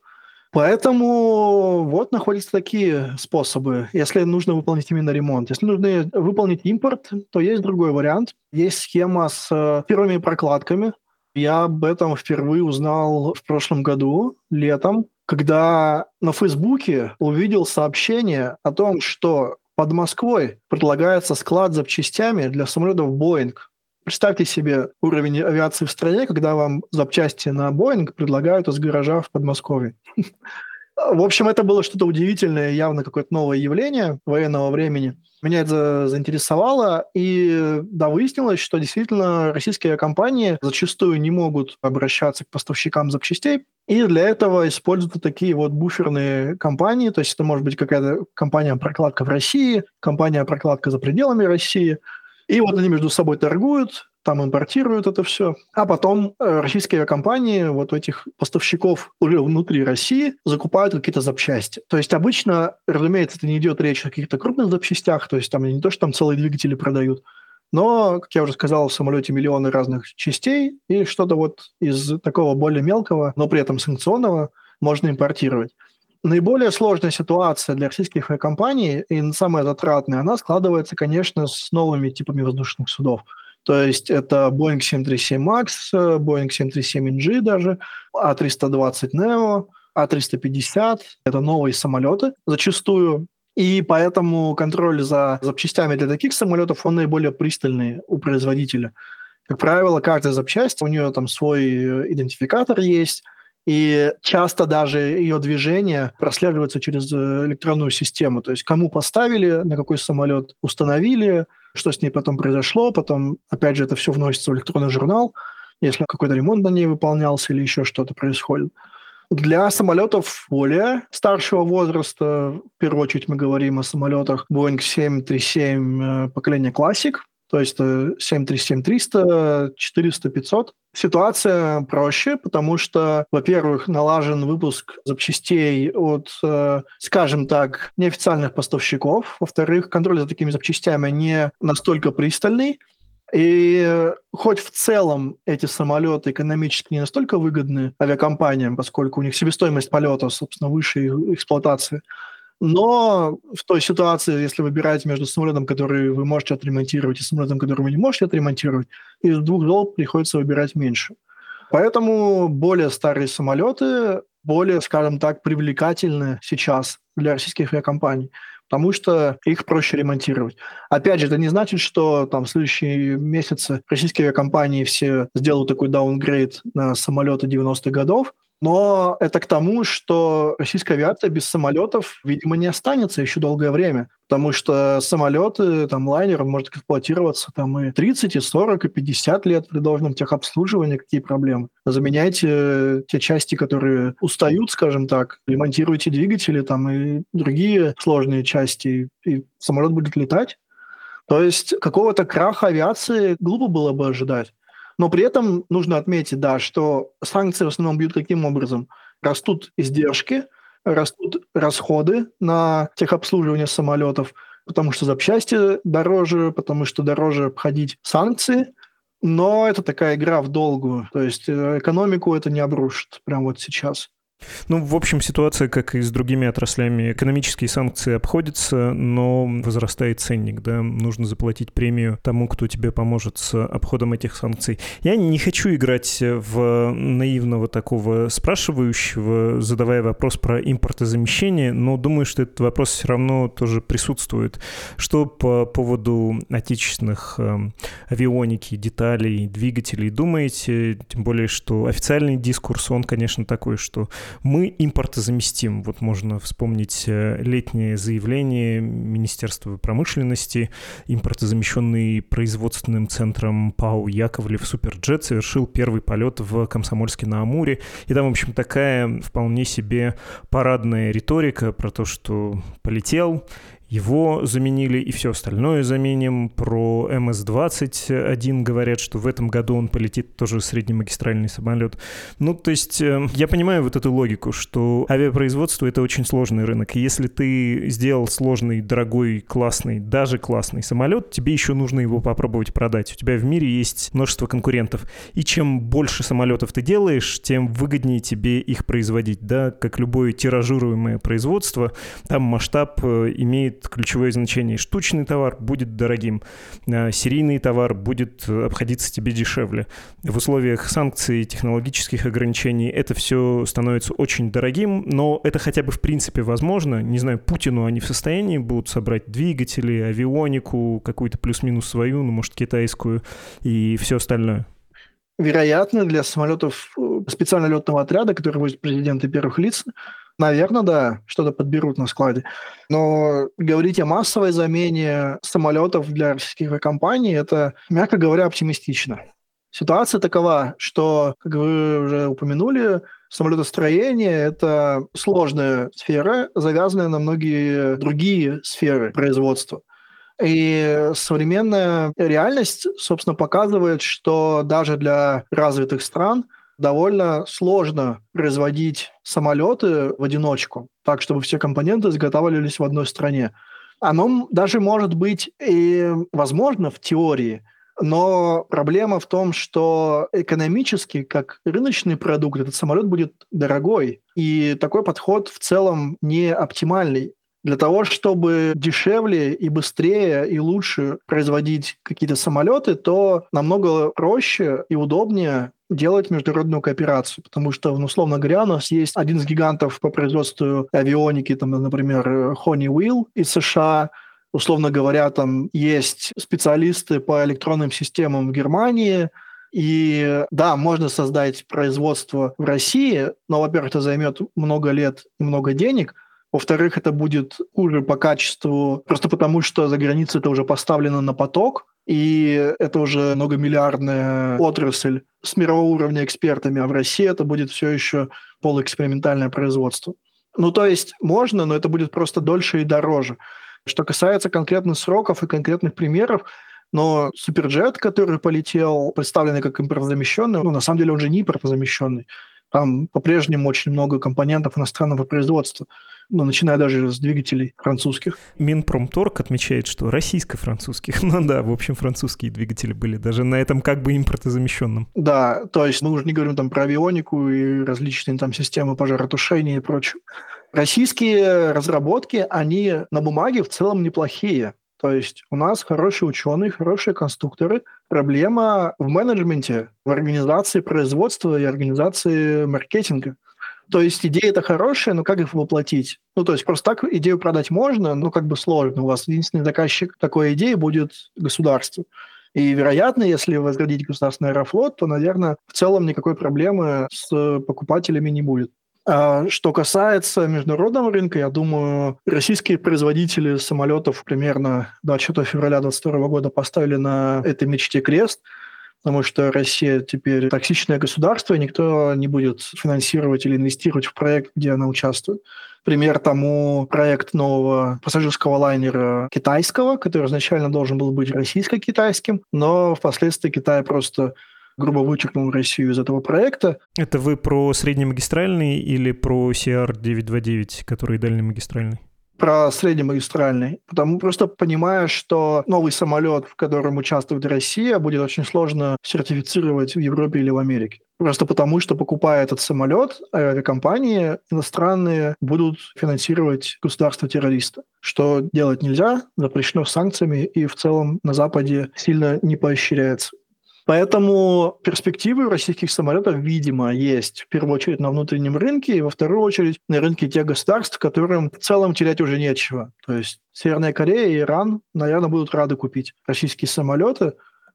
Поэтому вот находятся такие способы, если нужно выполнить именно ремонт. Если нужно выполнить импорт, то есть другой вариант. Есть схема с первыми прокладками. Я об этом впервые узнал в прошлом году, летом, когда на Фейсбуке увидел сообщение о том, что под Москвой предлагается склад запчастями для самолетов Boeing. Представьте себе уровень авиации в стране, когда вам запчасти на Boeing предлагают из гаража в Подмосковье. В общем, это было что-то удивительное, явно какое-то новое явление военного времени. Меня это заинтересовало, и да, выяснилось, что действительно российские компании зачастую не могут обращаться к поставщикам запчастей, и для этого используют такие вот буферные компании, то есть это может быть какая-то компания-прокладка в России, компания-прокладка за пределами России, и вот они между собой торгуют, там импортируют это все, а потом российские компании вот у этих поставщиков уже внутри России закупают какие-то запчасти. То есть обычно, разумеется, это не идет речь о каких-то крупных запчастях, то есть там не то, что там целые двигатели продают, но, как я уже сказал, в самолете миллионы разных частей, и что-то вот из такого более мелкого, но при этом санкционного можно импортировать. Наиболее сложная ситуация для российских авиакомпаний, и самая затратная, она складывается, конечно, с новыми типами воздушных судов. То есть это Boeing 737 MAX, Boeing 737 NG даже, A320neo, A350. Это новые самолеты зачастую. И поэтому контроль за запчастями для таких самолетов, он наиболее пристальный у производителя. Как правило, каждая запчасть, у нее там свой идентификатор есть, и часто даже ее движение прослеживается через электронную систему. То есть кому поставили, на какой самолет установили, что с ней потом произошло, потом, опять же, это все вносится в электронный журнал, если какой-то ремонт на ней выполнялся или еще что-то происходит. Для самолетов более старшего возраста, в первую очередь мы говорим о самолетах Boeing 737 поколения Classic, то есть 737-300, 400, 500. Ситуация проще, потому что, во-первых, налажен выпуск запчастей от, скажем так, неофициальных поставщиков. Во-вторых, контроль за такими запчастями не настолько пристальный. И хоть в целом эти самолеты экономически не настолько выгодны авиакомпаниям, поскольку у них себестоимость полета, собственно, выше их эксплуатации, но в той ситуации, если выбираете между самолетом, который вы можете отремонтировать, и самолетом, который вы не можете отремонтировать, из двух зол приходится выбирать меньше. Поэтому более старые самолеты более, скажем так, привлекательны сейчас для российских авиакомпаний, потому что их проще ремонтировать. Опять же, это не значит, что там в следующие месяцы российские авиакомпании все сделают такой даунгрейд на самолеты 90-х годов, но это к тому, что российская авиация без самолетов, видимо, не останется еще долгое время, потому что самолеты, там, лайнер, может эксплуатироваться там и 30, и 40, и 50 лет при должном техобслуживании. Какие проблемы? Заменяйте те части, которые устают, скажем так, ремонтируйте двигатели там и другие сложные части, и самолет будет летать. То есть какого-то краха авиации глупо было бы ожидать. Но при этом нужно отметить, да, что санкции в основном бьют каким образом? Растут издержки, растут расходы на техобслуживание самолетов, потому что запчасти дороже, потому что дороже обходить санкции. Но это такая игра в долгую. То есть экономику это не обрушит прямо вот сейчас. Ну, в общем, ситуация, как и с другими отраслями, экономические санкции обходятся, но возрастает ценник, да, нужно заплатить премию тому, кто тебе поможет с обходом этих санкций. Я не хочу играть в наивного такого спрашивающего, задавая вопрос про импортозамещение, но думаю, что этот вопрос все равно тоже присутствует. Что по поводу отечественных авионики, деталей, двигателей думаете? Тем более, что официальный дискурс, он, конечно, такой, что мы импортозаместим. Вот можно вспомнить летнее заявление Министерства промышленности. Импортозамещенный производственным центром ПАО «Яковлев Суперджет» совершил первый полет в Комсомольске-на-Амуре. И там, в общем, такая вполне себе парадная риторика про то, что полетел, его заменили, и все остальное заменим. Про МС-21 говорят, что в этом году он полетит тоже среднемагистральный самолет. Ну, то есть я понимаю вот эту логику, что авиапроизводство — это очень сложный рынок. И если ты сделал сложный, дорогой, классный, даже классный самолет, тебе еще нужно его попробовать продать. У тебя в мире есть множество конкурентов. И чем больше самолетов ты делаешь, тем выгоднее тебе их производить. Да? Как любое тиражируемое производство, там масштаб имеет ключевое значение. Штучный товар будет дорогим, серийный товар будет обходиться тебе дешевле. В условиях санкций, технологических ограничений это все становится очень дорогим, но это хотя бы в принципе возможно. Не знаю, Путину они в состоянии будут собрать двигатели, авионику, какую-то плюс-минус свою, ну, может, китайскую и все остальное. Вероятно, для самолетов специального летного отряда, который возит президенты первых лиц, наверное, да, что-то подберут на складе. Но говорить о массовой замене самолетов для российских компаний, это, мягко говоря, оптимистично. Ситуация такова, что, как вы уже упомянули, самолетостроение – это сложная сфера, завязанная на многие другие сферы производства. И современная реальность, собственно, показывает, что даже для развитых стран довольно сложно производить самолеты в одиночку, так, чтобы все компоненты изготавливались в одной стране. Оно даже может быть и возможно в теории, но проблема в том, что экономически, как рыночный продукт, этот самолет будет дорогой. И такой подход в целом не оптимальный. Для того, чтобы дешевле и быстрее и лучше производить какие-то самолеты, то намного проще и удобнее делать международную кооперацию, потому что, условно говоря, у нас есть один из гигантов по производству авионики, там, например, Honeywell из США. Условно говоря, там есть специалисты по электронным системам в Германии. И да, можно создать производство в России, но, во-первых, это займет много лет и много денег. Во-вторых, это будет хуже по качеству, просто потому что за границей это уже поставлено на поток, и это уже многомиллиардная отрасль с мирового уровня экспертами, а в России это будет все еще полуэкспериментальное производство. Ну, то есть можно, но это будет просто дольше и дороже. Что касается конкретных сроков и конкретных примеров, но Суперджет, который полетел, представленный как импортозамещенный, на самом деле он же не импортозамещенный. Там по-прежнему очень много компонентов иностранного производства, начиная даже с двигателей французских. Минпромторг отмечает, что российско-французских. Ну да, в общем, французские двигатели были даже на этом как бы импортозамещенном. Да, то есть мы уже не говорим там про авионику и различные там системы пожаротушения и прочее. Российские разработки, они на бумаге в целом неплохие. То есть у нас хорошие ученые, хорошие конструкторы. Проблема в менеджменте, в организации производства и организации маркетинга. То есть идея-то хорошая, но как их воплотить? Ну, то есть просто так идею продать можно, но как бы сложно. У вас единственный заказчик такой идеи будет государство. И, вероятно, если возродить государственный аэрофлот, то, наверное, в целом никакой проблемы с покупателями не будет. А что касается международного рынка, я думаю, российские производители самолетов примерно 24 февраля 2022 года поставили на этой мечте крест, потому что Россия теперь токсичное государство, и никто не будет финансировать или инвестировать в проект, где она участвует. Пример тому проект нового пассажирского лайнера китайского, который изначально должен был быть российско-китайским, но впоследствии Китай просто грубо вычеркнул Россию из этого проекта. Это вы про среднемагистральный или про CR-929, который дальнемагистральный? Про среднемагистральный. Потому просто понимая, что новый самолет, в котором участвует Россия, будет очень сложно сертифицировать в Европе или в Америке. Просто потому, что, покупая этот самолет, авиакомпании иностранные будут финансировать государство-террориста. Что делать нельзя, запрещено санкциями, и в целом на Западе сильно не поощряется. Поэтому перспективы российских самолетов, видимо, есть в первую очередь на внутреннем рынке, и во вторую очередь на рынке тех государств, которым в целом терять уже нечего. То есть Северная Корея и Иран, наверное, будут рады купить российские самолеты,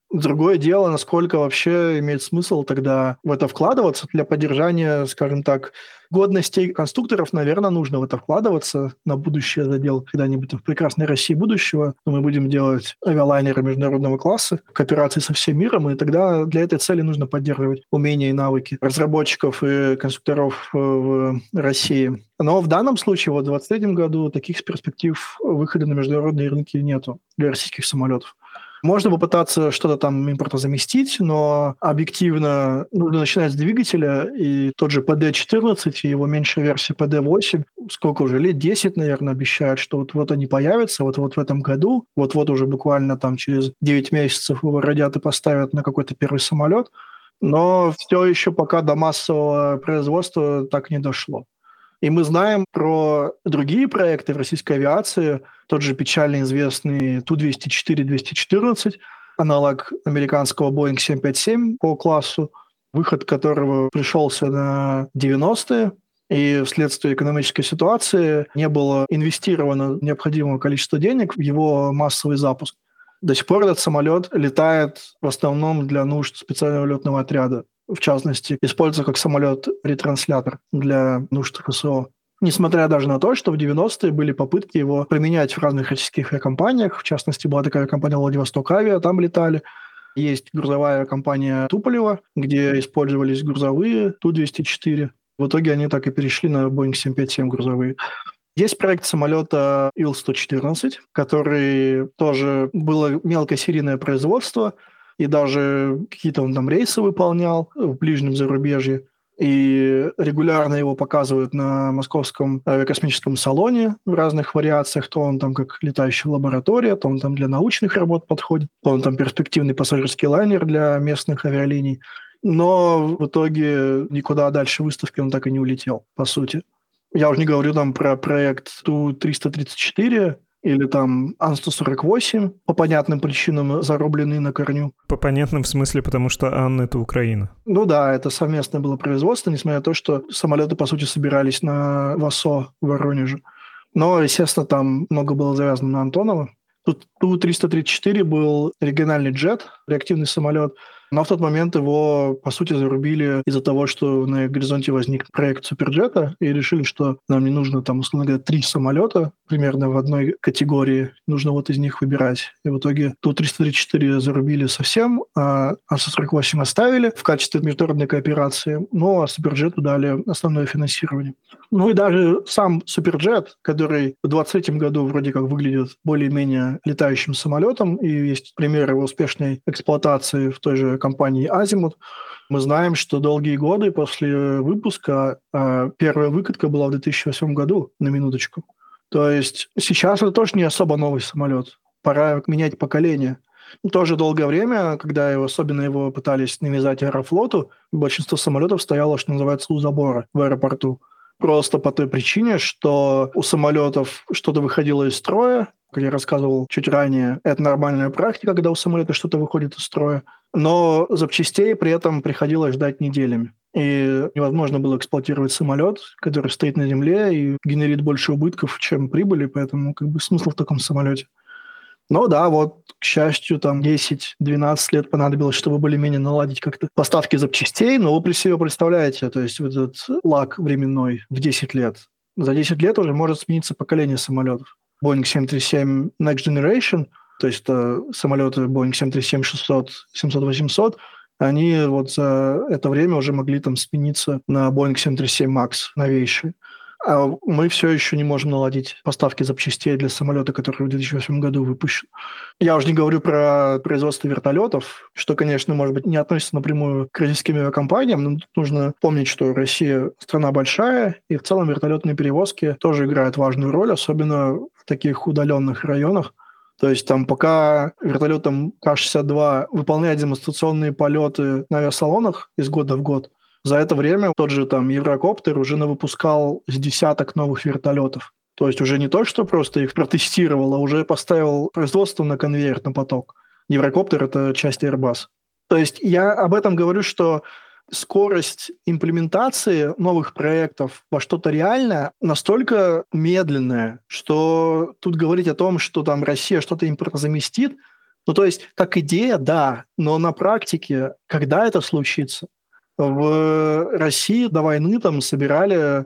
Другое дело, насколько вообще имеет смысл тогда в это вкладываться для поддержания, скажем так, годности конструкторов, наверное, нужно в это вкладываться на будущее задел когда-нибудь в прекрасной России будущего. Мы будем делать авиалайнеры международного класса, кооперации со всем миром, и тогда для этой цели нужно поддерживать умения и навыки разработчиков и конструкторов в России. Но в данном случае, вот в 2023 году, таких перспектив выхода на международные рынки нету для российских самолетов. Можно попытаться что-то там импортозаместить, но объективно нужно начинать с двигателя, и тот же PD-14 и его меньшая версия PD-8, сколько уже, лет 10, наверное, обещают, что вот они появятся, вот в этом году, вот уже буквально там через 9 месяцев его родят и поставят на какой-то первый самолет, но все еще пока до массового производства так не дошло. И мы знаем про другие проекты в российской авиации, тот же печально известный Ту-204-214, аналог американского Boeing 757 по классу, выход которого пришелся на 90-е, и вследствие экономической ситуации не было инвестировано необходимого количества денег в его массовый запуск. До сих пор этот самолет летает в основном для нужд специального летного отряда. В частности, используется как самолет-ретранслятор для нужд ФСО. Несмотря даже на то, что в 90-е были попытки его применять в разных российских авиакомпаниях. В частности, была такая компания «Владивосток Авиа», там летали. Есть грузовая компания Туполева, где использовались грузовые Ту-204. В итоге они так и перешли на Boeing 757 грузовые. Есть проект самолета Ил-114, который тоже было мелкосерийное производство, и даже какие-то он там рейсы выполнял в ближнем зарубежье. И регулярно его показывают на Московском авиакосмическом салоне в разных вариациях. То он там как летающая лаборатория, то он там для научных работ подходит, то он там перспективный пассажирский лайнер для местных авиалиний. Но в итоге никуда дальше выставки он так и не улетел, по сути. Я уже не говорю там про проект Ту-334 или там Ан-148, по понятным причинам зарублены на корню. По понятным в смысле, потому что Ан — это Украина. Ну да, это совместное было производство, несмотря на то, что самолеты, по сути, собирались на ВАСО в Воронеже. Но, естественно, там много было завязано на Антонова. Тут Ту-334 был региональный джет, реактивный самолет, но в тот момент его, по сути, зарубили из-за того, что на горизонте возник проект Суперджета, и решили, что нам не нужно, там, условно говоря, 3 самолета примерно в одной категории, нужно вот из них выбирать. И в итоге Ту-334 зарубили совсем, а Ан-148 оставили в качестве международной кооперации, но Суперджету дали основное финансирование. Ну и даже сам Суперджет, который в 2023 году вроде как выглядит более-менее летающим самолетом, и есть пример его успешной эксплуатации в той же компании «Азимут», мы знаем, что долгие годы после выпуска первая выкатка была в 2008 году, на минуточку. То есть сейчас это тоже не особо новый самолет. Пора менять поколение. Тоже долгое время, когда особенно его пытались навязать Аэрофлоту, большинство самолетов стояло, что называется, у забора в аэропорту. Просто по той причине, что у самолетов что-то выходило из строя. Как я рассказывал чуть ранее, это нормальная практика, когда у самолета что-то выходит из строя. Но запчастей при этом приходилось ждать неделями. И невозможно было эксплуатировать самолет, который стоит на земле и генерит больше убытков, чем прибыли, поэтому смысл в таком самолете. Но да, вот, к счастью, там 10-12 лет понадобилось, чтобы более-менее наладить как-то поставки запчастей, но вы при себе представляете, то есть вот этот лаг временной в 10 лет. За 10 лет уже может смениться поколение самолетов. Boeing 737 Next Generation, то есть это самолеты Boeing 737-600, 700-800, они вот за это время уже могли там смениться на Boeing 737 MAX новейшие. А мы все еще не можем наладить поставки запчастей для самолета, который в 2008 году выпущен. Я уже не говорю про производство вертолетов, что, конечно, может быть, не относится напрямую к российским авиакомпаниям, но тут нужно помнить, что Россия страна большая, и в целом вертолетные перевозки тоже играют важную роль, особенно в таких удаленных районах. То есть там пока вертолетом К-62 выполняет демонстрационные полеты на авиасалонах из года в год, за это время тот же там Еврокоптер уже навыпускал с десяток новых вертолетов. То есть уже не то, что просто их протестировал, а уже поставил производство на конвейер, на поток. Еврокоптер – это часть Airbus. То есть я об этом говорю, что скорость имплементации новых проектов во что-то реальное настолько медленная, что тут говорить о том, что там Россия что-то импортозаместит, Ну, то есть, как идея, да, но на практике, когда это случится? В России до войны там собирали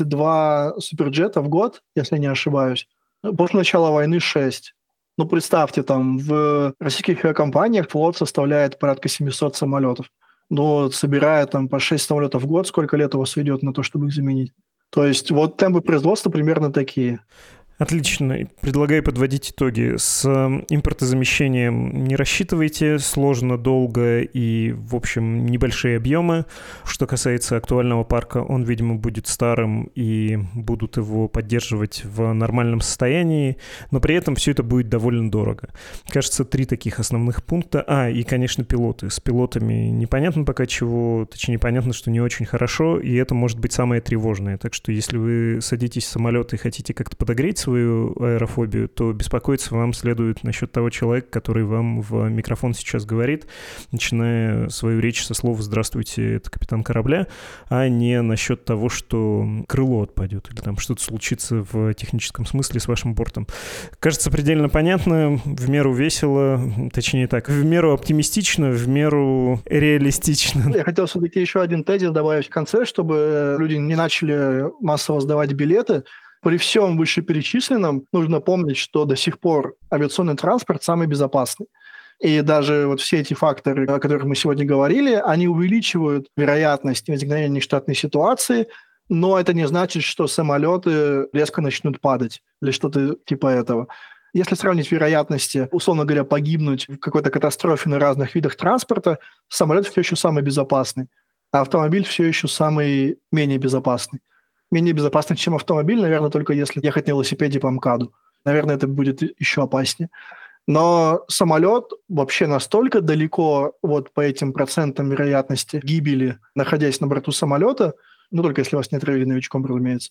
22 суперджета в год, если не ошибаюсь. После начала войны 6. Ну, представьте, там в российских авиакомпаниях флот составляет порядка 700 самолетов. Но собирая там по 6 самолетов в год, сколько лет у вас уйдет на то, чтобы их заменить? То есть вот темпы производства примерно такие. Отлично. Предлагаю подводить итоги. С импортозамещением не рассчитывайте, сложно, долго и, в общем, небольшие объемы. Что касается актуального парка, он, видимо, будет старым и будут его поддерживать в нормальном состоянии, но при этом все это будет довольно дорого. Кажется, 3 таких основных пункта. И, конечно, пилоты. С пилотами непонятно пока чего, точнее, понятно, что не очень хорошо, и это может быть самое тревожное. Так что, если вы садитесь в самолет и хотите как-то подогреть свою аэрофобию, то беспокоиться вам следует насчет того человека, который вам в микрофон сейчас говорит, начиная свою речь со слова «Здравствуйте, это капитан корабля», а не насчет того, что крыло отпадет или там что-то случится в техническом смысле с вашим бортом. Кажется, предельно понятно, в меру весело, точнее так, в меру оптимистично, в меру реалистично. Я хотел все-таки еще один тезис добавить в конце, чтобы люди не начали массово сдавать билеты. При всем вышеперечисленном нужно помнить, что до сих пор авиационный транспорт самый безопасный. И даже вот все эти факторы, о которых мы сегодня говорили, они увеличивают вероятность возникновения нештатной ситуации, но это не значит, что самолеты резко начнут падать или что-то типа этого. Если сравнить вероятности, условно говоря, погибнуть в какой-то катастрофе на разных видах транспорта, самолет все еще самый безопасный, а автомобиль все еще самый менее безопасный. Менее безопасный, чем автомобиль, наверное, только если ехать на велосипеде по МКАДу. Наверное, это будет еще опаснее. Но самолет вообще настолько далеко вот по этим процентам вероятности гибели, находясь на борту самолета, ну, только если вас не отравили новичком, разумеется,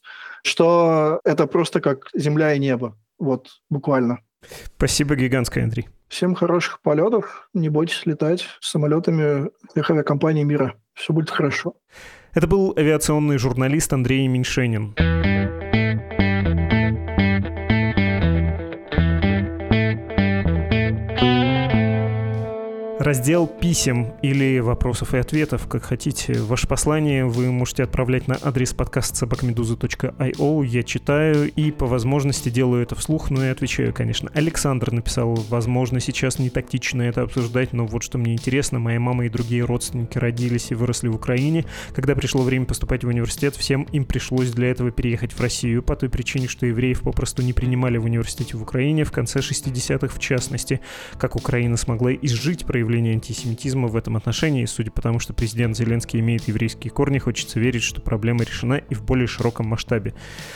что это просто как земля и небо. Вот, буквально. Спасибо гигантское, Андрей. Всем хороших полетов. Не бойтесь летать самолетами всех авиакомпаний мира. Все будет хорошо. Это был авиационный журналист Андрей Меньшенин. Раздел писем или вопросов и ответов, как хотите. Ваше послание вы можете отправлять на адрес podcast@meduza.io. Я читаю и по возможности делаю это вслух, но и отвечаю, конечно. Александр написал: возможно, сейчас не тактично это обсуждать, но вот что мне интересно. Моя мама и другие родственники родились и выросли в Украине. Когда пришло время поступать в университет, всем им пришлось для этого переехать в Россию по той причине, что евреев попросту не принимали в университете в Украине, в конце 60-х в частности. Как Украина смогла изжить проявление антисемитизма в этом отношении, судя по тому, что президент Зеленский имеет еврейские корни, хочется верить, что проблема решена и в более широком масштабе.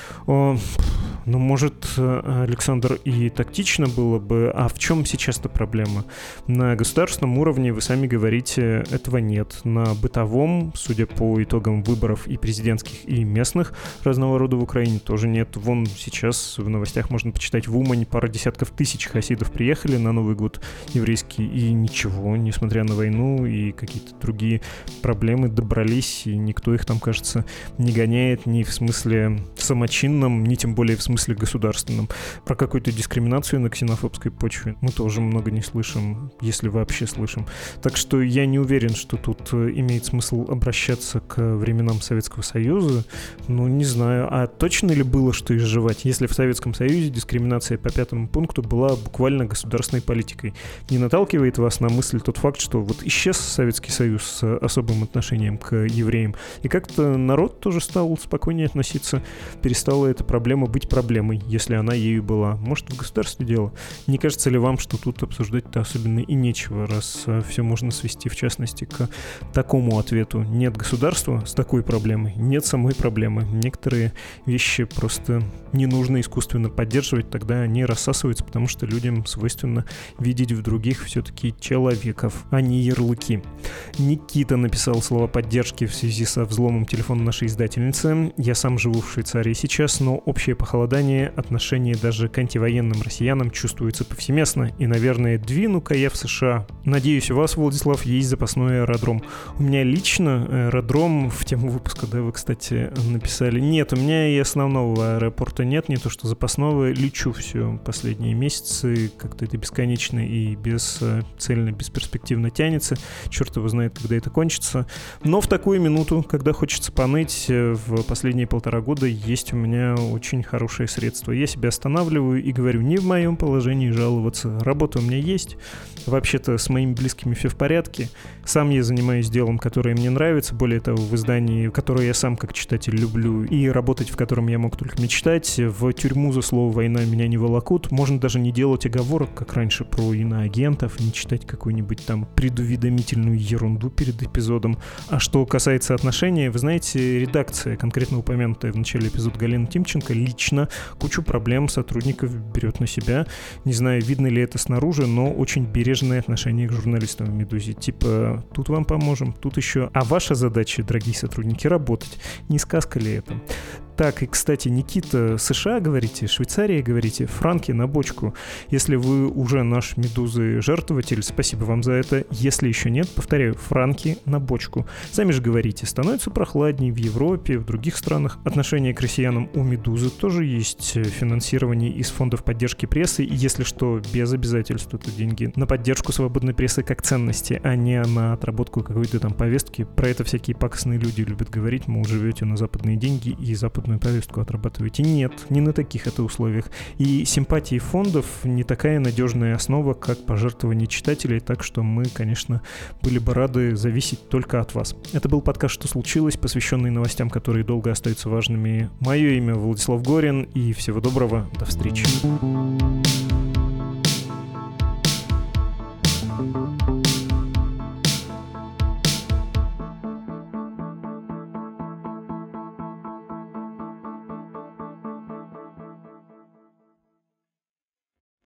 Ну, может, Александр, и тактично было бы, а в чем сейчас-то проблема? На государственном уровне, вы сами говорите, этого нет. На бытовом, судя по итогам выборов и президентских, и местных разного рода в Украине, тоже нет. Вон сейчас в новостях можно почитать, в Умань пара десятков тысяч хасидов приехали на Новый год еврейский, и ничего, несмотря на войну и какие-то другие проблемы, добрались, и никто их там, кажется, не гоняет ни в смысле самочинном, ни тем более в смысле государственном. Про какую-то дискриминацию на ксенофобской почве мы тоже много не слышим, если вообще слышим. Так что я не уверен, что тут имеет смысл обращаться к временам Советского Союза. Ну, не знаю, а точно ли было что изживать, если в Советском Союзе дискриминация по 5 пункту была буквально государственной политикой? Не наталкивает вас на мысль тот факт, что вот исчез Советский Союз с особым отношением к евреям, и как-то народ тоже стал спокойнее относиться, перестала эта проблема быть проблемой, если она ею была. Может, в государстве дело? Не кажется ли вам, что тут обсуждать-то особенно и нечего, раз все можно свести, в частности, к такому ответу? Нет государства с такой проблемой, нет самой проблемы. Некоторые вещи просто не нужно искусственно поддерживать, тогда они рассасываются, потому что людям свойственно видеть в других все-таки человеков, а не ярлыки. Никита написал слова поддержки в связи со взломом телефона нашей издательницы. Я сам живу в Швейцарии сейчас, но общее похолодание самообладание, отношение даже к антивоенным россиянам чувствуется повсеместно. И, наверное, двину-ка я в США. Надеюсь, у вас, Владислав, есть запасной аэродром. У меня лично аэродром, в тему выпуска, да, вы, кстати, написали. Нет, у меня и основного аэропорта нет, не то что запасного. Лечу все последние месяцы, как-то это бесконечно и бесцельно, бесперспективно тянется. Черт его знает, когда это кончится. Но в такую минуту, когда хочется поныть, в последние 1,5 года есть у меня очень хорошее средство. Я себя останавливаю и говорю, не в моем положении жаловаться. Работа у меня есть. Вообще-то с моими близкими все в порядке. Сам я занимаюсь делом, которое мне нравится. Более того, в издании, которое я сам как читатель люблю, и работать в котором я мог только мечтать. В тюрьму за слово «война» меня не волокут. Можно даже не делать оговорок, как раньше, про иноагентов, не читать какую-нибудь там предуведомительную ерунду перед эпизодом. А что касается отношений, вы знаете, редакция, конкретно упомянутая в начале эпизода Галина Тимченко, лично кучу проблем сотрудников берет на себя. Не знаю, видно ли это снаружи, но очень бережное отношение к журналистам в «Медузе». Типа, тут вам поможем, тут еще. А ваша задача, дорогие сотрудники, работать. Не сказка ли это? Так, и, кстати, Никита, США, говорите, Швейцария, говорите, франки на бочку. Если вы уже наш «Медузы» жертвователь, спасибо вам за это. Если еще нет, повторяю, франки на бочку. Сами же говорите, становится прохладнее в Европе, в других странах. Отношение к россиянам у «Медузы» тоже есть, финансирование из фондов поддержки прессы. И если что, без обязательств, это деньги на поддержку свободной прессы как ценности, а не на отработку какой-то там повестки. Про это всякие пакостные люди любят говорить, мол, живете на западные деньги и западную повестку отрабатываете. Нет, не на таких это условиях. И симпатии фондов не такая надежная основа, как пожертвования читателей, так что мы, конечно, были бы рады зависеть только от вас. Это был подкаст «Что случилось?», посвященный новостям, которые долго остаются важными. Мое имя Владислав Горин, и всего доброго, до встречи.